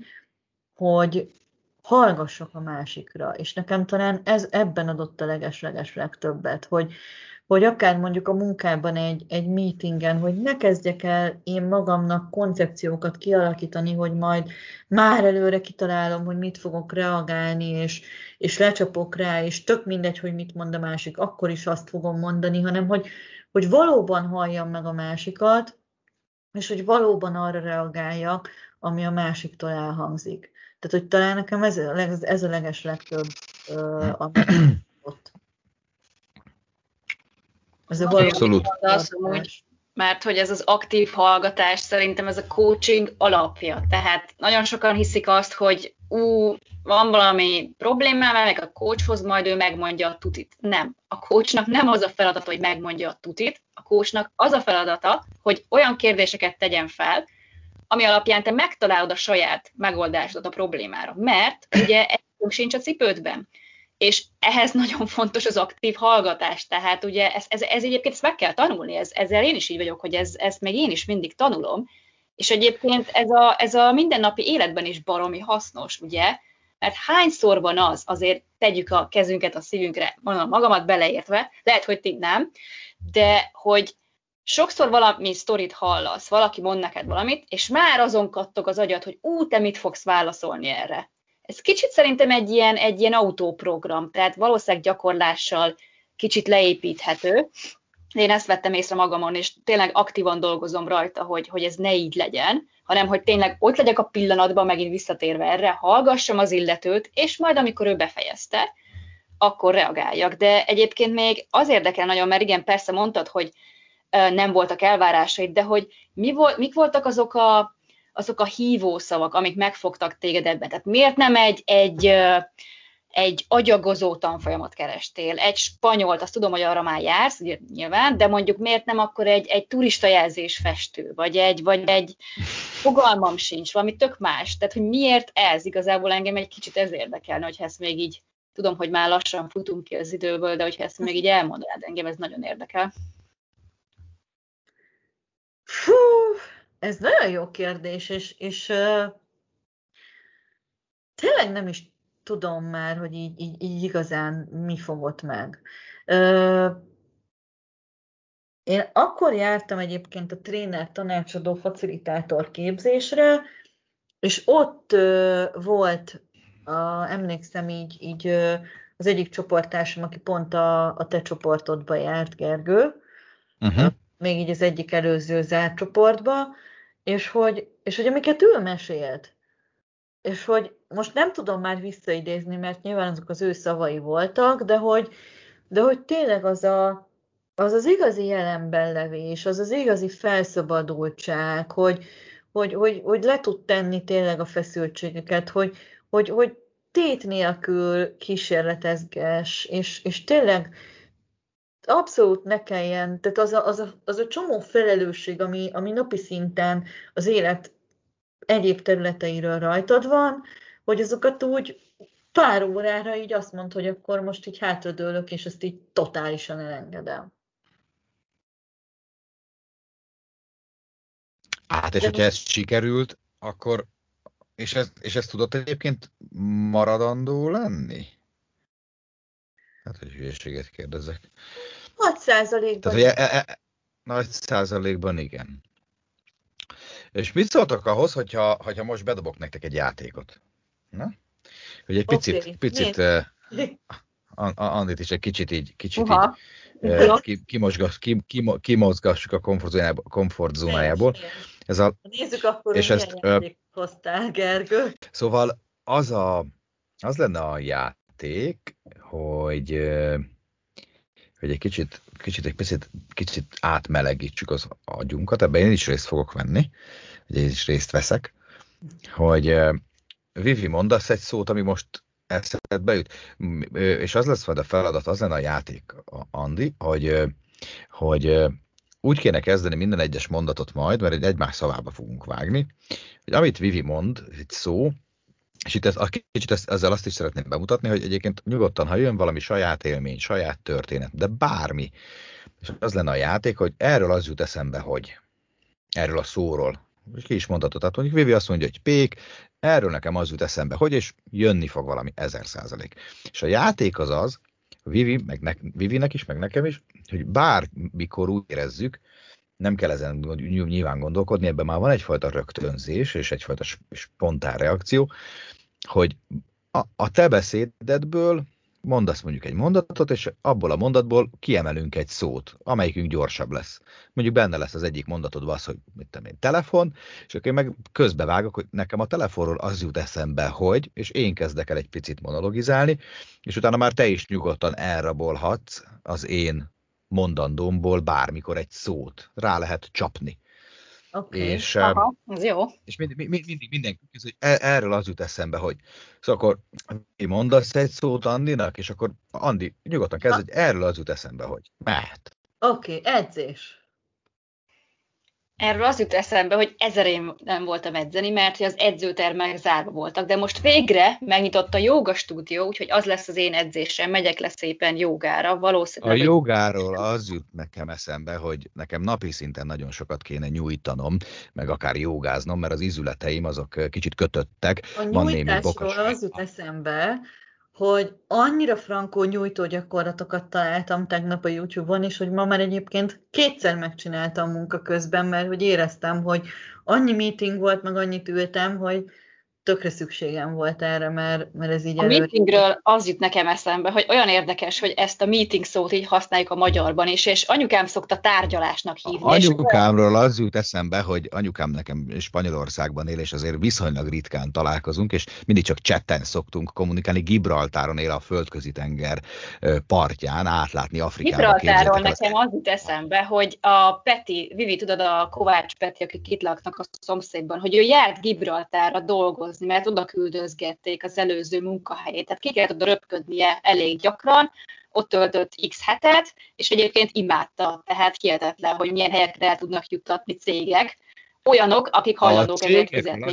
hogy hallgassak a másikra. És nekem talán ez ebben adott a leges-leges legtöbbet, hogy, hogy akár mondjuk a munkában egy, egy meetingen, hogy ne kezdjek el én magamnak koncepciókat kialakítani, hogy majd már előre kitalálom, hogy mit fogok reagálni, és, és lecsapok rá, és tök mindegy, hogy mit mond a másik, akkor is azt fogom mondani, hanem hogy, hogy valóban halljam meg a másikat, és hogy valóban arra reagáljak, ami a másiktól elhangzik. Tehát, hogy talán nekem ez a, ez a leges legtöbb, uh, amit ott. Ez a abszolút. Az, hogy, mert hogy ez az aktív hallgatás, szerintem ez a coaching alapja. Tehát nagyon sokan hiszik azt, hogy ú, van valami problémám, meg a coachhoz, majd ő megmondja a tutit. Nem. A coachnak nem az a feladata, hogy megmondja a tutit. A coachnak az a feladata, hogy olyan kérdéseket tegyen fel, ami alapján te megtalálod a saját megoldásodat a problémára. Mert ugye együnk sincs a cipődben. És ehhez nagyon fontos az aktív hallgatás. Tehát ugye ez, ez, ez egyébként ezt meg kell tanulni. Ez, ezzel én is így vagyok, hogy ez, ezt még én is mindig tanulom. És egyébként ez a, ez a mindennapi életben is baromi hasznos, ugye? Mert hányszor van az, azért tegyük a kezünket a szívünkre, mondom magamat beleértve, lehet, hogy ti nem, de hogy sokszor valami sztorit hallasz, valaki mond neked valamit, és már azon kattog az agyad, hogy ú, te mit fogsz válaszolni erre. Ez kicsit szerintem egy ilyen, egy ilyen autóprogram, tehát valószínűleg gyakorlással kicsit leépíthető, én ezt vettem észre magamon, és tényleg aktívan dolgozom rajta, hogy, hogy ez ne így legyen, hanem hogy tényleg ott legyek a pillanatban, megint visszatérve erre, hallgassam az illetőt, és majd amikor ő befejezte, akkor reagáljak. De egyébként még az érdekel nagyon, mert igen, persze mondtad, hogy nem voltak elvárásaid, de hogy mi volt, mik voltak azok a, azok a hívószavak, amik megfogtak téged ebben? Tehát miért nem egy, egy, egy agyagozó tanfolyamot kerestél, egy spanyolt, azt tudom, hogy arra már jársz, ugye, nyilván, de mondjuk miért nem akkor egy, egy turistajelzés festő, vagy egy, vagy egy fogalmam sincs, valami tök más. Tehát, hogy miért ez? Igazából engem egy kicsit ez érdekelne, hogyha ezt még így, tudom, hogy már lassan futunk ki az időből, de hogyha ezt még így elmondanád, engem ez nagyon érdekel. Fú, ez nagyon jó kérdés, és, és uh, tényleg nem is tudom már, hogy így, így, így igazán mi fogott meg. Uh, én akkor jártam egyébként a tréner tanácsadó facilitátor képzésre, és ott uh, volt, a, emlékszem így, így uh, az egyik csoporttársam, aki pont a, a te csoportodba járt, Gergő, uh-huh. még így az egyik előző zárt csoportba, és hogy, és hogy amiket ő mesélt, és hogy most nem tudom már visszaidézni, mert nyilván azok az ő szavai voltak, de hogy, de hogy tényleg az, a, az az igazi jelenben levés, az az igazi felszabadultság, hogy, hogy, hogy, hogy le tud tenni tényleg a feszültségeket, hogy, hogy, hogy tét nélkül kísérletezges, és, és tényleg abszolút ne kelljen, tehát az a, az a, az a csomó felelősség, ami, ami napi szinten az élet egyéb területeiről rajtad van, hogy azokat úgy pár órára így azt mondod, hogy akkor most így hátradőlök, és ezt így totálisan elengedem. Hát, és De hogyha ez sikerült, akkor, és ez, és ez tudott egyébként maradandó lenni? Hát, hogy hülyeséget kérdezek. hat százalékban. Tehát, hogy e, e, nagy százalékban igen. És mit szóltok ahhoz, hogyha, hogyha most bedobok nektek egy játékot? Na? Hogy egy picit, okay. picit uh, Andit is egy kicsit így, kicsit uh-huh. így uh, kimozgass, kim, kim, kimozgassuk a komfortzónájából. komfortzónájából. Ez a, Nézzük akkor, hogy milyen játék hoztál, Gergő. Szóval az, a, az lenne a játék, hogy, hogy egy kicsit, kicsit, egy picit, kicsit átmelegítsük az agyunkat, ebben én is részt fogok venni, hogy én is részt veszek, hogy Vivi, mondasz egy szót, ami most eszedbe jut, és az lesz majd a feladat, az lenne a játék, Andi, hogy, hogy úgy kéne kezdeni minden egyes mondatot majd, mert egy egymás szavába fogunk vágni, hogy amit Vivi mond, egy szó, és itt ez, a kicsit ezzel azt is szeretném bemutatni, hogy egyébként nyugodtan, ha jön valami saját élmény, saját történet, de bármi, és az lenne a játék, hogy erről az jut eszembe, hogy erről a szóról, és ki is mondhatod, tehát mondjuk Vivi azt mondja, hogy pék, erről nekem az jut eszembe, hogy, és jönni fog valami ezer százalék. És a játék az az, Vivi, meg ne, Vivinek is, meg nekem is, hogy bármikor úgy érezzük, nem kell ezen nyilván gondolkodni, ebben már van egyfajta rögtönzés, és egyfajta spontán reakció, hogy a, a te beszédedből mondasz mondjuk egy mondatot, és abból a mondatból kiemelünk egy szót, amelyikünk gyorsabb lesz. Mondjuk benne lesz az egyik mondatodban az, hogy mit tudom én, telefon, és akkor én meg közbevágok, hogy nekem a telefonról az jut eszembe, hogy, és én kezdek el egy picit monologizálni, és utána már te is nyugodtan elrabolhatsz az én mondandómból bármikor egy szót. Rá lehet csapni. Okay. És, Aha, az jó. És mindig, mindig, mindig mindenki hogy erről az jut eszembe, hogy szóval akkor mondasz egy szót Andinak, és akkor Andi nyugodtan kezd, hogy erről az jut eszembe, hogy mehet. Oké, okay, edzés. Erről az jut eszembe, hogy ezer év nem voltam edzeni, mert az edzőtermek zárva voltak, de most végre megnyitott a jóga stúdió, úgyhogy az lesz az én edzésem, megyek le szépen jogára, valószínűleg. A jogáról az jut nekem eszembe, hogy nekem napi szinten nagyon sokat kéne nyújtanom, meg akár jogáznom, mert az izületeim azok kicsit kötöttek. A Van nyújtásról az jut eszembe, hogy annyira frankó nyújtó gyakorlatokat találtam tegnap a YouTube-on, és hogy ma már egyébként kétszer megcsináltam munka közben, mert hogy éreztem, hogy annyi meeting volt, meg annyit ültem, hogy tökre szükségem volt erre, mert, mert ez így A előre. meetingről az jut nekem eszembe, hogy olyan érdekes, hogy ezt a meeting szót így használjuk a magyarban is, és anyukám szokta tárgyalásnak hívni. Anyukámról az jut eszembe, hogy anyukám nekem Spanyolországban él, és azért viszonylag ritkán találkozunk, és mindig csak chatten szoktunk kommunikálni. Gibraltáron él, a földközi tenger partján, átlátni Afrikába. Gibraltáról nekem az jut eszembe, hogy a Peti, Vivi, tudod, a Kovács Peti, akik itt laknak a szomszédban, hogy ő járt Gibraltárra dolgozni, mert oda küldözgették az előző munkahelyét. Tehát ki kellett oda röpködnie elég gyakran, ott töltött x hetet, és egyébként imádta, tehát hihetetlen, hogy milyen helyekre el tudnak juttatni cégek, olyanok, akik hajlandók ezért fizetni.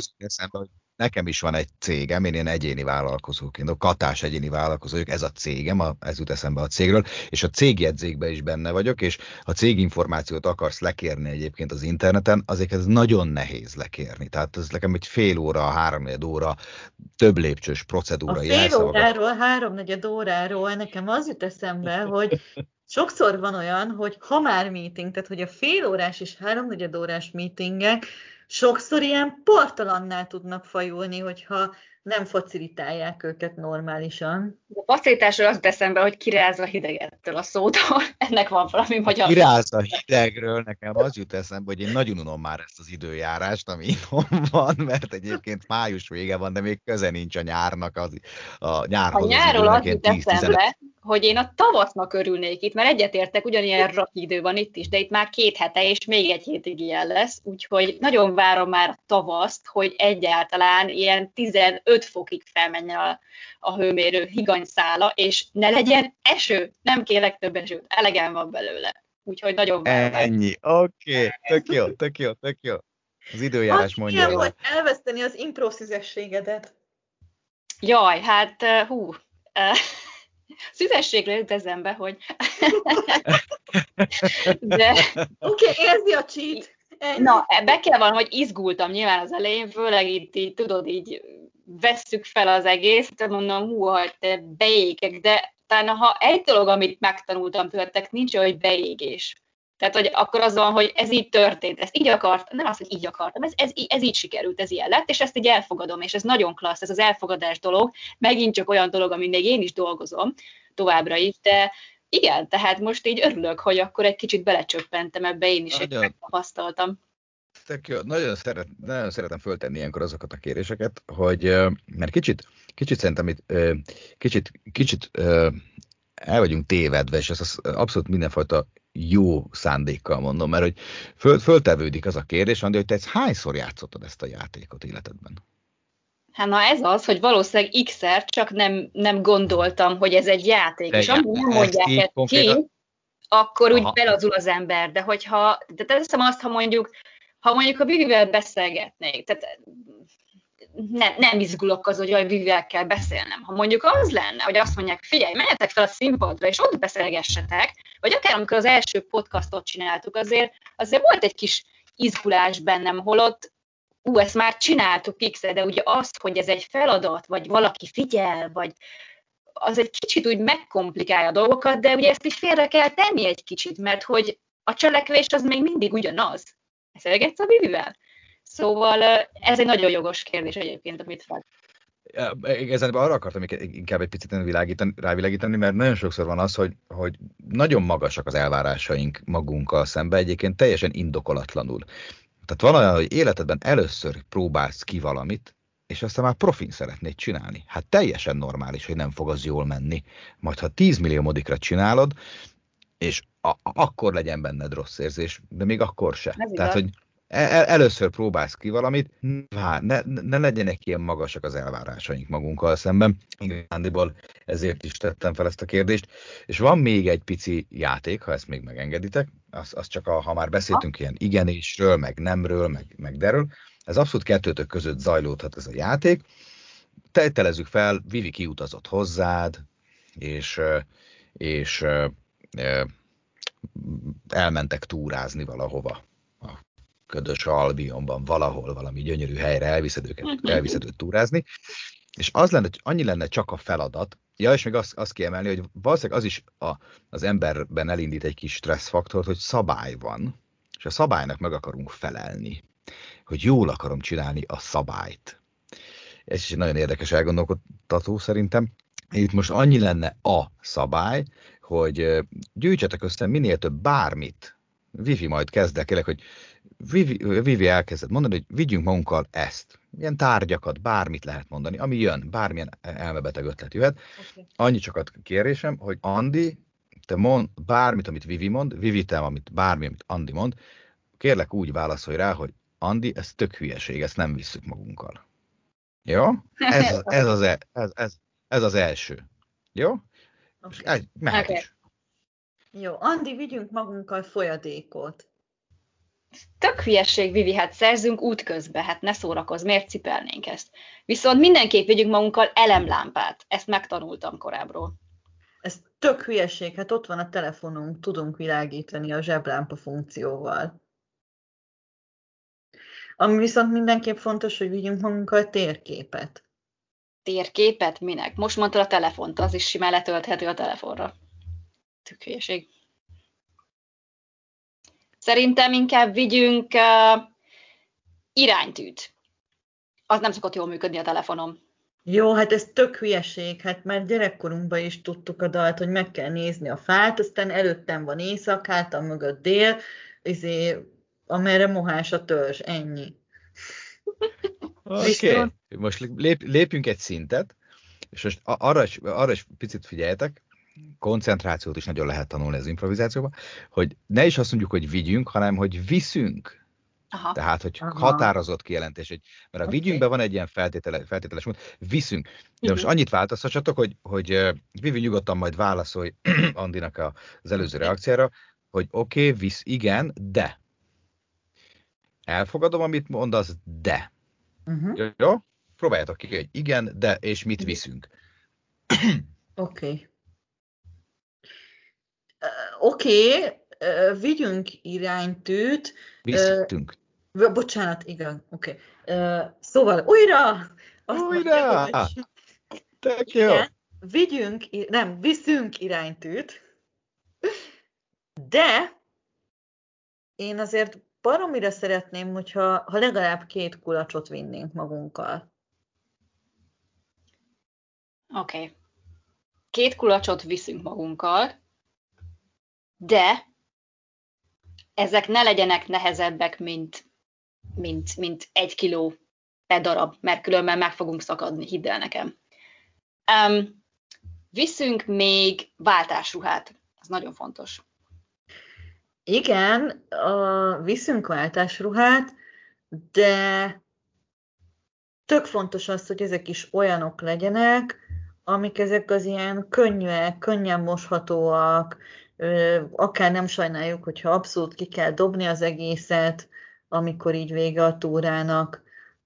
Nekem is van egy cégem, én ilyen egyéni vállalkozóként, a Katás egyéni vállalkozók, ez a cégem, ez jut eszembe a cégről, és a cégjegyzékben is benne vagyok, és ha céginformációt akarsz lekérni egyébként az interneten, azért ez nagyon nehéz lekérni. Tehát ez nekem egy fél óra, háromnegyed óra, több lépcsős procedúra. A fél óráról, háromnegyed óráról nekem az jut eszembe, hogy sokszor van olyan, hogy ha már meeting, tehát hogy a fél órás és háromnegyed órás meetingek sokszor ilyen portalanná tudnak fajulni, hogyha nem facilitálják őket normálisan. A facilitásról azt eszembe, hogy kiráz a hidegettől a szótól. Ennek van valami magyar. Kiráz a hidegről, nekem az jut eszembe, hogy én nagyon unom már ezt az időjárást, ami itthon van, mert egyébként május vége van, de még köze nincs a nyárnak, az, a nyárhoz. A nyárról az jut eszembe, hogy én a tavasznak örülnék itt, mert egyetértek, ugyanilyen raki idő van itt is, de itt már két hete, és még egy hétig ilyen lesz, úgyhogy nagyon várom már a tavaszt, hogy egyáltalán ilyen tizenöt fokig felmenjen a, a hőmérő higanyszála, és ne legyen eső, nem kérek több esőt, elegem van belőle, úgyhogy nagyon várom. Ennyi, oké, okay. tök jó, tök jó, tök jó. Az időjárás mondja. Azt hogy elveszteni az impro-szüzességedet. Jaj, hát hú... Szüzességre jut eszembe, hogy... De... Oké, okay, érzi a cheat. Na, be kell van, hogy izgultam nyilván az elején, főleg itt így, tudod, így vesszük fel az egészet, mondom, hú, hogy te beégek, de talán ha egy dolog, amit megtanultam tőletek, nincs olyan, hogy beégés. Tehát, hogy akkor az van, hogy ez így történt, ezt így akartam, nem az, hogy így akartam, ez, ez, ez így sikerült, ez ilyen lett, és ezt így elfogadom, és ez nagyon klassz, ez az elfogadás dolog, megint csak olyan dolog, amin még én is dolgozom továbbra is, de igen, tehát most így örülök, hogy akkor egy kicsit belecsöppentem ebbe, én is egy megtapasztaltam. Tök jó. Nagyon, szeret, nagyon szeretem föltenni ilyenkor azokat a kéréseket, hogy, mert kicsit, kicsit szerintem itt, kicsit, kicsit el vagyunk tévedve, és ez abszolút mindenfajta jó szándékkal mondom, mert hogy föl, föltevődik az a kérdés, Andi, hogy te ezt hányszor játszottad ezt a játékot életedben? Hát na ez az, hogy valószínűleg x-szer, csak nem, nem gondoltam, hogy ez egy játék, de és amúgy nem mondják ezt konkrétan... ki, akkor úgy belazul az ember, de hogyha, de teszem azt, ha mondjuk, ha mondjuk a Vivivel beszélgetnék, tehát nem, nem izgulok az, hogy jaj, Vivivel kell beszélnem. Ha mondjuk az lenne, hogy azt mondják, figyelj, menjetek fel a színpadra, és ott beszélgessetek, vagy akár amikor az első podcastot csináltuk, azért, azért volt egy kis izgulás bennem, holott ú, ezt már csináltuk x-e, de ugye az, hogy ez egy feladat, vagy valaki figyel, vagy az egy kicsit úgy megkomplikálja a dolgokat, de ugye ezt is félre kell tenni egy kicsit, mert hogy a cselekvés az még mindig ugyanaz. Beszélgetsz a Vivivel? Szóval ez egy nagyon jogos kérdés egyébként, amit fel. Ja, igazán arra akartam inkább egy picit rávilágítani, mert nagyon sokszor van az, hogy, hogy nagyon magasak az elvárásaink magunkkal szemben, egyébként teljesen indokolatlanul. Tehát van olyan, hogy életedben először próbálsz ki valamit, és aztán már profin szeretnéd csinálni. Hát teljesen normális, hogy nem fog az jól menni. Majd ha tíz millió modikra csinálod, és a- akkor legyen benned rossz érzés, de még akkor se. Ez Tehát, igaz. hogy el- először próbálsz ki valamit, ne, ne legyenek ilyen magasak az elvárásaink magunkkal szemben. Igazándiból ezért is tettem fel ezt a kérdést. És van még egy pici játék, ha ezt még megengeditek, az, az csak a, ha már beszéltünk ilyen igenésről, meg nemről, meg, meg derről, ez abszolút kettőtök között zajlódhat ez a játék. Tejtelezzük fel, Vivi kiutazott hozzád, és, és elmentek túrázni valahova. A ködös Albionban, valahol, valami gyönyörű helyre elviszed őket, elviszed őt túrázni. És az lenne, annyi lenne csak a feladat, ja, és még azt, azt kiemelni, hogy valószínűleg az is a, az emberben elindít egy kis stresszfaktort, hogy szabály van, és a szabálynak meg akarunk felelni, hogy jól akarom csinálni a szabályt. ez is egy nagyon érdekes elgondolkodtató szerintem. Itt most annyi lenne a szabály, hogy gyűjtsetek össze minél több bármit. Vivi majd kezdek, kérlek, hogy Vivi, Vivi elkezdett mondani, hogy vigyünk magunkkal ezt. Ilyen tárgyakat, bármit lehet mondani, ami jön, bármilyen elmebeteg ötlet jöhet. Okay. Annyi csak a kérésem, hogy Andi, te mond bármit, amit Vivi mond, Vivi, te amit, bármi, amit Andi mond, kérlek úgy válaszolj rá, hogy Andi, ez tök hülyeség, ezt nem visszük magunkkal. Jó? Ez az, ez az, ez, ez, ez az első. Jó? Okay. Mehet okay. is. Jó, Andi, vigyünk magunkkal folyadékot. Tök hülyeség, Vivi, hát szerzünk útközbe, hát ne szórakozz, miért cipelnénk ezt? Viszont mindenképp vigyünk magunkkal elemlámpát, ezt megtanultam korábbról. Ez tök hülyeség, hát ott van a telefonunk, tudunk világítani a zseblámpa funkcióval. Ami viszont mindenképp fontos, hogy vigyünk magunkkal térképet. Térképet? Minek? Most mondtad a telefont, az is simán letölthető a telefonra. Tök hülyeség. Szerintem inkább vigyünk uh, iránytűt. Az nem szokott jól működni a telefonom. Jó, hát ez tök hülyeség. Hát már gyerekkorunkban is tudtuk a dalt, hogy meg kell nézni a fát, aztán előttem van éjszak, hátam mögött dél, izé, amerre mohás a törzs, ennyi. Oké, okay. Most lép, lépjünk egy szintet, és most arra is, arra is picit figyeljetek, koncentrációt is nagyon lehet tanulni az improvizációban, hogy ne is azt mondjuk, hogy vigyünk, hanem hogy viszünk. Aha. Tehát, hogy Aha. határozott kijelentés. Hogy, mert a okay. vigyünkben van egy ilyen feltétele, feltételes mód, viszünk. De uh-huh. most annyit változtassatok, hogy, hogy Vivi nyugodtan majd válaszolj Andinak az előző okay. reakcióra, hogy oké, okay, visz, igen, de. Elfogadom, amit mondasz, de. Uh-huh. Jó? Jó? Próbáljátok ki, hogy igen, de, és mit viszünk. Oké. Okay. Uh, Oké, okay. uh, vigyünk iránytűt. Visztünk. Uh, bocsánat, igen, oké. Okay. Uh, szóval újra! Azt újra! Mondja, hogy... Tök jó! Igen, vigyünk, nem, viszünk iránytűt, de én azért baromira szeretném, hogyha ha legalább két kulacsot vinnénk magunkkal. Oké. Okay. Két kulacsot viszünk magunkkal, de ezek ne legyenek nehezebbek, mint, mint, mint egy kiló per darab, mert különben meg fogunk szakadni, hidd el nekem. Um, viszünk még váltásruhát, ez nagyon fontos. Igen, a, viszünk váltásruhát, de tök fontos az, hogy ezek is olyanok legyenek, amik ezek az ilyen könnyűek, könnyen moshatóak, akár nem sajnáljuk, hogyha abszolút ki kell dobni az egészet, amikor így vége a túrának.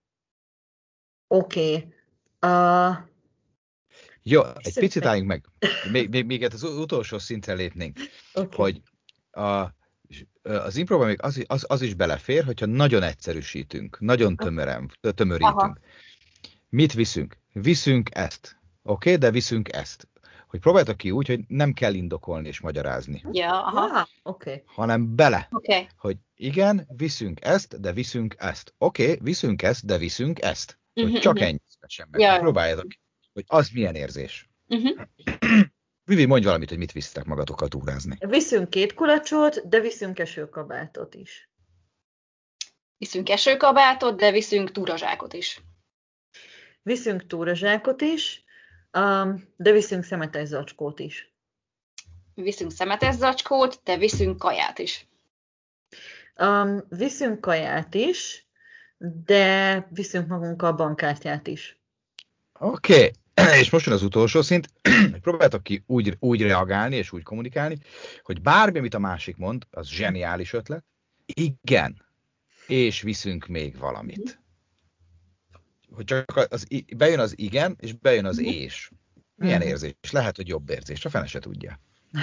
Oké. Okay. Uh, Jó, egy picit álljunk meg. Még, még, még az utolsó szintre lépnénk, okay. hogy a, az improban még az, az, az is belefér, hogyha nagyon egyszerűsítünk, nagyon tömören, tömörítünk. Aha. Mit viszünk? Viszünk ezt. Oké, okay, de viszünk ezt. Hogy próbáltok ki úgy, hogy nem kell indokolni és magyarázni. Ja, aha. Okay. Hanem bele. Okay. Hogy igen, viszünk ezt, de viszünk ezt. Oké, okay, viszünk ezt, de viszünk ezt. Uh-huh, hogy csak uh-huh. ennyi sem meg. Ja. Próbáljátok ki, hogy az milyen érzés. Uh-huh. Vivi, mondj valamit, hogy mit visztek magatokkal túrázni. Viszünk két kulacsot, de viszünk esőkabátot is. Viszünk esőkabátot, de viszünk túrazsákot is. Viszünk túrazsákot is, um, de viszünk szemetes zacskót is. Viszünk szemetes zacskót, de viszünk kaját is. Um, viszünk kaját is, de viszünk magunkkal bankkártyát is. Oké, okay. És most jön az utolsó szint, hogy próbáltok ki úgy, úgy reagálni és úgy kommunikálni, hogy bármi, amit a másik mond, az zseniális ötlet. Igen, és viszünk még valamit. Hogy csak az, bejön az igen, és bejön az és. Milyen érzés? Lehet, hogy jobb érzés, a fene se tudja.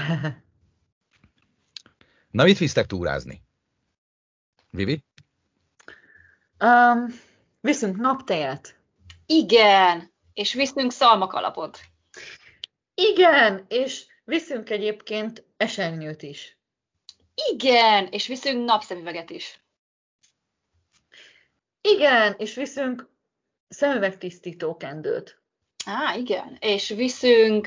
Na, mit visztek túrázni? Vivi? Um, viszünk naptejet. Igen, és viszünk szalmakalapot. Igen, és viszünk egyébként esernyőt is. Igen, és viszünk napszemüveget is. Igen, és viszünk szemüvegtisztító kendőt. Á, igen. És viszünk...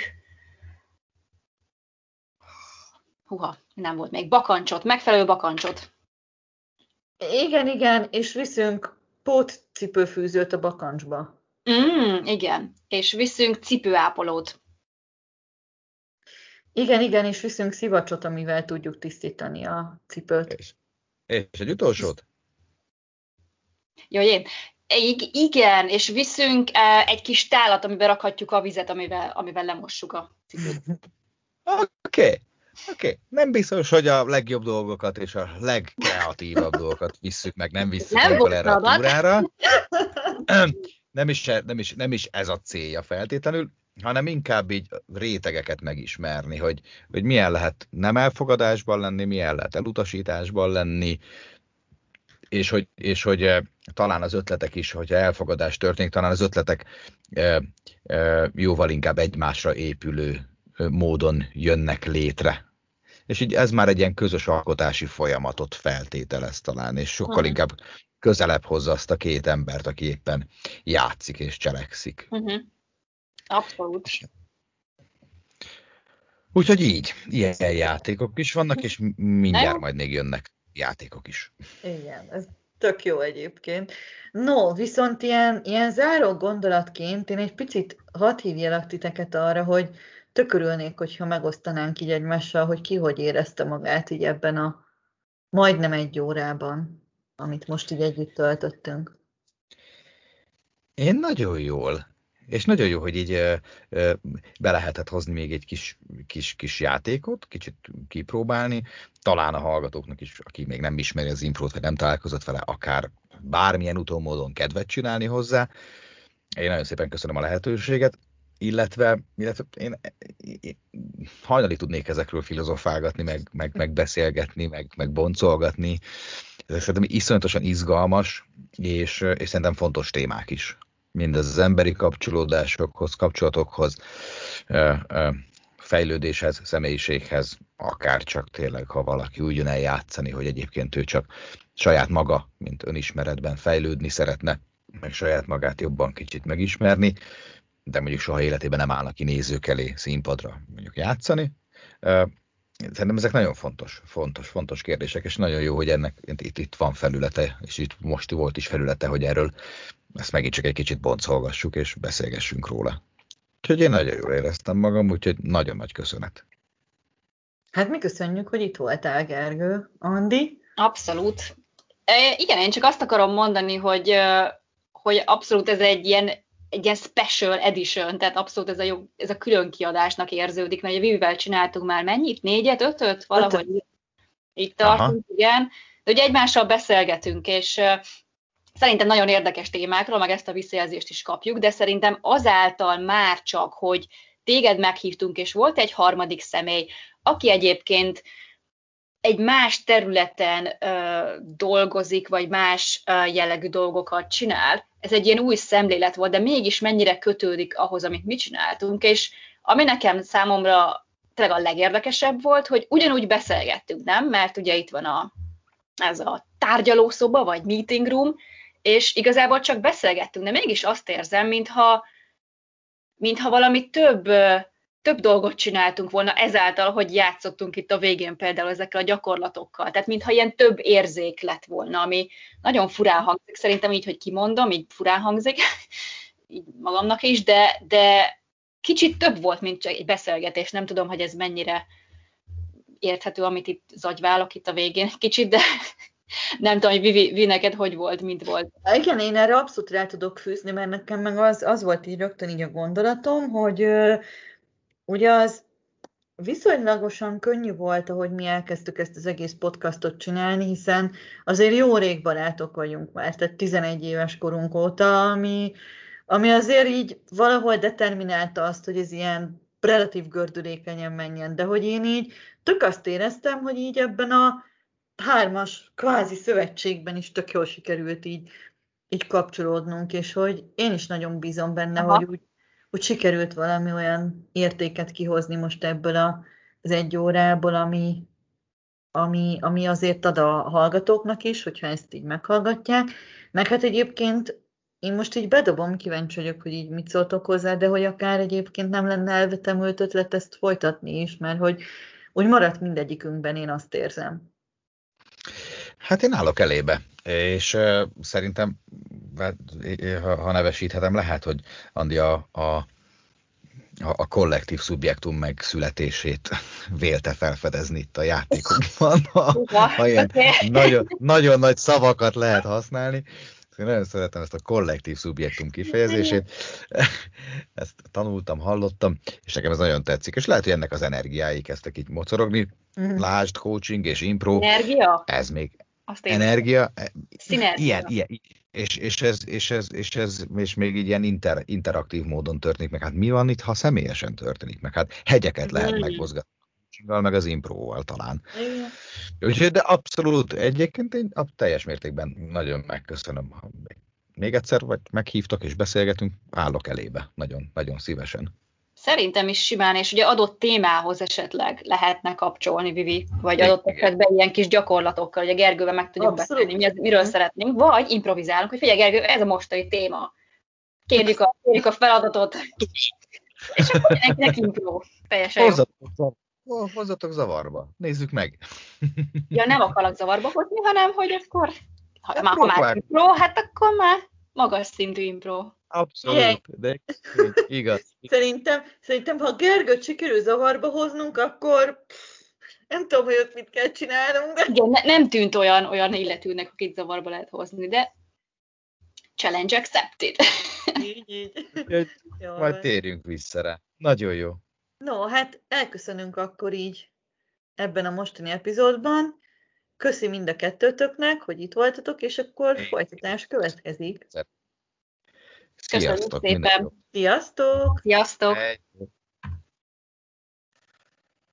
Huha, nem volt még. Bakancsot, megfelelő bakancsot. Igen, igen, és viszünk pótcipőfűzőt a bakancsba. Mm, igen. És viszünk cipőápolót. Igen, igen, és viszünk szivacsot, amivel tudjuk tisztítani a cipőt. És, és egy utolsót? Jó, én. I- igen, és viszünk uh, egy kis tálat, amiben rakhatjuk a vizet, amivel, amivel lemossuk a cipőt. Oké, okay. Oké. Okay. Nem biztos, hogy a legjobb dolgokat és a legkreatívabb dolgokat visszük meg, nem visszük nem meg erre a túrára. Nem is, nem, is, nem is ez a célja feltétlenül, hanem inkább így rétegeket megismerni, hogy, hogy milyen lehet nem elfogadásban lenni, milyen lehet elutasításban lenni, és hogy, és hogy e, talán az ötletek is, hogyha elfogadás történik, talán az ötletek e, e, jóval inkább egymásra épülő módon jönnek létre. És így ez már egy ilyen közös alkotási folyamatot feltételez talán, és sokkal uh-huh. inkább közelebb hozza azt a két embert, aki éppen játszik és cselekszik. Uh-huh. Abszolút. Úgyhogy így, ilyen játékok is vannak, és mindjárt majd még jönnek játékok is. Igen, ez tök jó egyébként. No, viszont ilyen, ilyen záró gondolatként én egy picit hadd hívjalak titeket arra, hogy tök örülnék, hogyha megosztanánk így egymással, hogy ki hogy érezte magát így ebben a majdnem egy órában, amit most így együtt töltöttünk. Én nagyon jól. És nagyon jó, hogy így ö, ö, be lehetett hozni még egy kis, kis, kis játékot, kicsit kipróbálni. Talán a hallgatóknak is, aki még nem ismeri az imprót, vagy nem találkozott vele, akár bármilyen utómódon kedvet csinálni hozzá. Én nagyon szépen köszönöm a lehetőséget, illetve, illetve én, én hajnali tudnék ezekről filozofálgatni, meg, meg, meg beszélgetni, meg, meg boncolgatni. Ez szerintem iszonyatosan izgalmas, és, és szerintem fontos témák is. Mindez az emberi kapcsolódásokhoz, kapcsolatokhoz, fejlődéshez, személyiséghez, akár csak tényleg, ha valaki úgy jön el játszani, hogy egyébként ő csak saját maga, mint önismeretben fejlődni szeretne, meg saját magát jobban kicsit megismerni, de mondjuk soha életében nem állnak ki nézők elé színpadra mondjuk játszani. Szerintem ezek nagyon fontos, fontos, fontos kérdések, és nagyon jó, hogy ennek itt, itt van felülete, és itt most volt is felülete, hogy erről ezt megint csak egy kicsit boncolgassuk, és beszélgessünk róla. Úgyhogy én nagyon jól éreztem magam, úgyhogy nagyon nagy köszönet. Hát mi köszönjük, hogy itt voltál, Gergő. Andi? Abszolút. E, igen, én csak azt akarom mondani, hogy, hogy abszolút ez egy ilyen, egy ilyen special edition, tehát abszolút ez a, jó, ez a külön kiadásnak érződik, mert a Vivivel csináltunk már mennyit? Négyet, ötöt? Valahogy ötöt. Itt tartunk, igen. De ugye egymással beszélgetünk, és szerintem nagyon érdekes témákról, meg ezt a visszajelzést is kapjuk, de szerintem azáltal már csak, hogy téged meghívtunk, és volt egy harmadik személy, aki egyébként egy más területen ö, dolgozik, vagy más ö, jellegű dolgokat csinál. Ez egy ilyen új szemlélet volt, de mégis mennyire kötődik ahhoz, amit mi csináltunk, és ami nekem számomra tényleg a legérdekesebb volt, hogy ugyanúgy beszélgettünk, nem? Mert ugye itt van a, ez a tárgyalószoba, vagy meeting room, és igazából csak beszélgettünk, de mégis azt érzem, mintha, mintha valami több, több dolgot csináltunk volna ezáltal, hogy játszottunk itt a végén például ezekkel a gyakorlatokkal. Tehát mintha ilyen több érzék lett volna, ami nagyon furán hangzik, szerintem így, hogy kimondom, így furán hangzik, így magamnak is, de, de kicsit több volt, mint csak egy beszélgetés. Nem tudom, hogy ez mennyire érthető, amit itt zagyválok itt a végén kicsit, de... Nem tudom, hogy Vivi, Vivi, neked hogy volt, mint volt? Igen, én erre abszolút rá tudok fűzni, mert nekem meg az, az volt így rögtön így a gondolatom, hogy ö, ugye az viszonylagosan könnyű volt, ahogy mi elkezdtük ezt az egész podcastot csinálni, hiszen azért jó rég barátok vagyunk már, tehát tizenegy éves korunk óta, ami, ami azért így valahol determinálta azt, hogy ez ilyen relatív gördülékenyen menjen, de hogy én így tök azt éreztem, hogy így ebben a hármas kvázi szövetségben is tök jól sikerült így, így kapcsolódnunk, és hogy én is nagyon bízom benne, Aha. hogy úgy, úgy sikerült valami olyan értéket kihozni most ebből a, az egy órából, ami, ami, ami azért ad a hallgatóknak is, hogyha ezt így meghallgatják. Meg hát egyébként én most így bedobom, kíváncsi vagyok, hogy így mit szóltok hozzá, de hogy akár egyébként nem lenne elvetemült ötlet ezt folytatni is, mert hogy úgy maradt mindegyikünkben, én azt érzem. Hát én állok elébe, és uh, szerintem, ha, ha nevesíthetem, lehet, hogy Andi a, a a kollektív szubjektum megszületését vélte felfedezni itt a játékokban, ha, ha ilyen nagyon, nagyon nagy szavakat lehet használni. Én nagyon szeretem ezt a kollektív szubjektum kifejezését. Ezt tanultam, hallottam, és nekem ez nagyon tetszik. És lehet, hogy ennek az energiái kezdtek így mocorogni. Lásd, coaching és impro. Energia? Ez még energia. Szinergia. Ilyen, ilyen. És, és, ez, és, ez, és ez és még így ilyen inter, interaktív módon történik meg. Hát mi van itt, ha személyesen történik meg? Hát hegyeket lehet megmozgatni, meg az impróval talán. Úgyhogy, de abszolút egyébként én a teljes mértékben nagyon megköszönöm. Ha még egyszer vagy meghívtak és beszélgetünk, állok elébe. Nagyon, nagyon szívesen. Szerintem is simán, és ugye adott témához esetleg lehetne kapcsolni, Vivi, vagy adott esetben ilyen kis gyakorlatokkal, hogy a Gergővel meg tudjuk beszélni, mi az, miről szeretnénk, vagy improvizálunk, hogy figyelj Gergő, ez a mostani téma. Kérjük a, kérjük a feladatot, és akkor mindenkinek impro. Teljesen hozzatok, jó. Hozzatok zavarba, nézzük meg. Ja, nem akarok zavarba hozni, hanem hogy akkor, ha, már, ha már impro, hát akkor már magas szintű impro. Abszolút, de igaz. Szerintem, szerintem, ha Gergőt sikerül zavarba hoznunk, akkor pff, nem tudom, hogy ott mit kell csinálnunk. De... Igen, ne, nem tűnt olyan, olyan illetőnek, akit zavarba lehet hozni, de challenge accepted. Így, így. Jó, majd térjünk vissza rá. Nagyon jó. No, hát elköszönünk akkor így ebben a mostani epizódban. Köszi mind a kettőtöknek, hogy itt voltatok, és akkor folytatás következik. Sziasztok! Köszönjük szépen! Sziasztok! Sziasztok!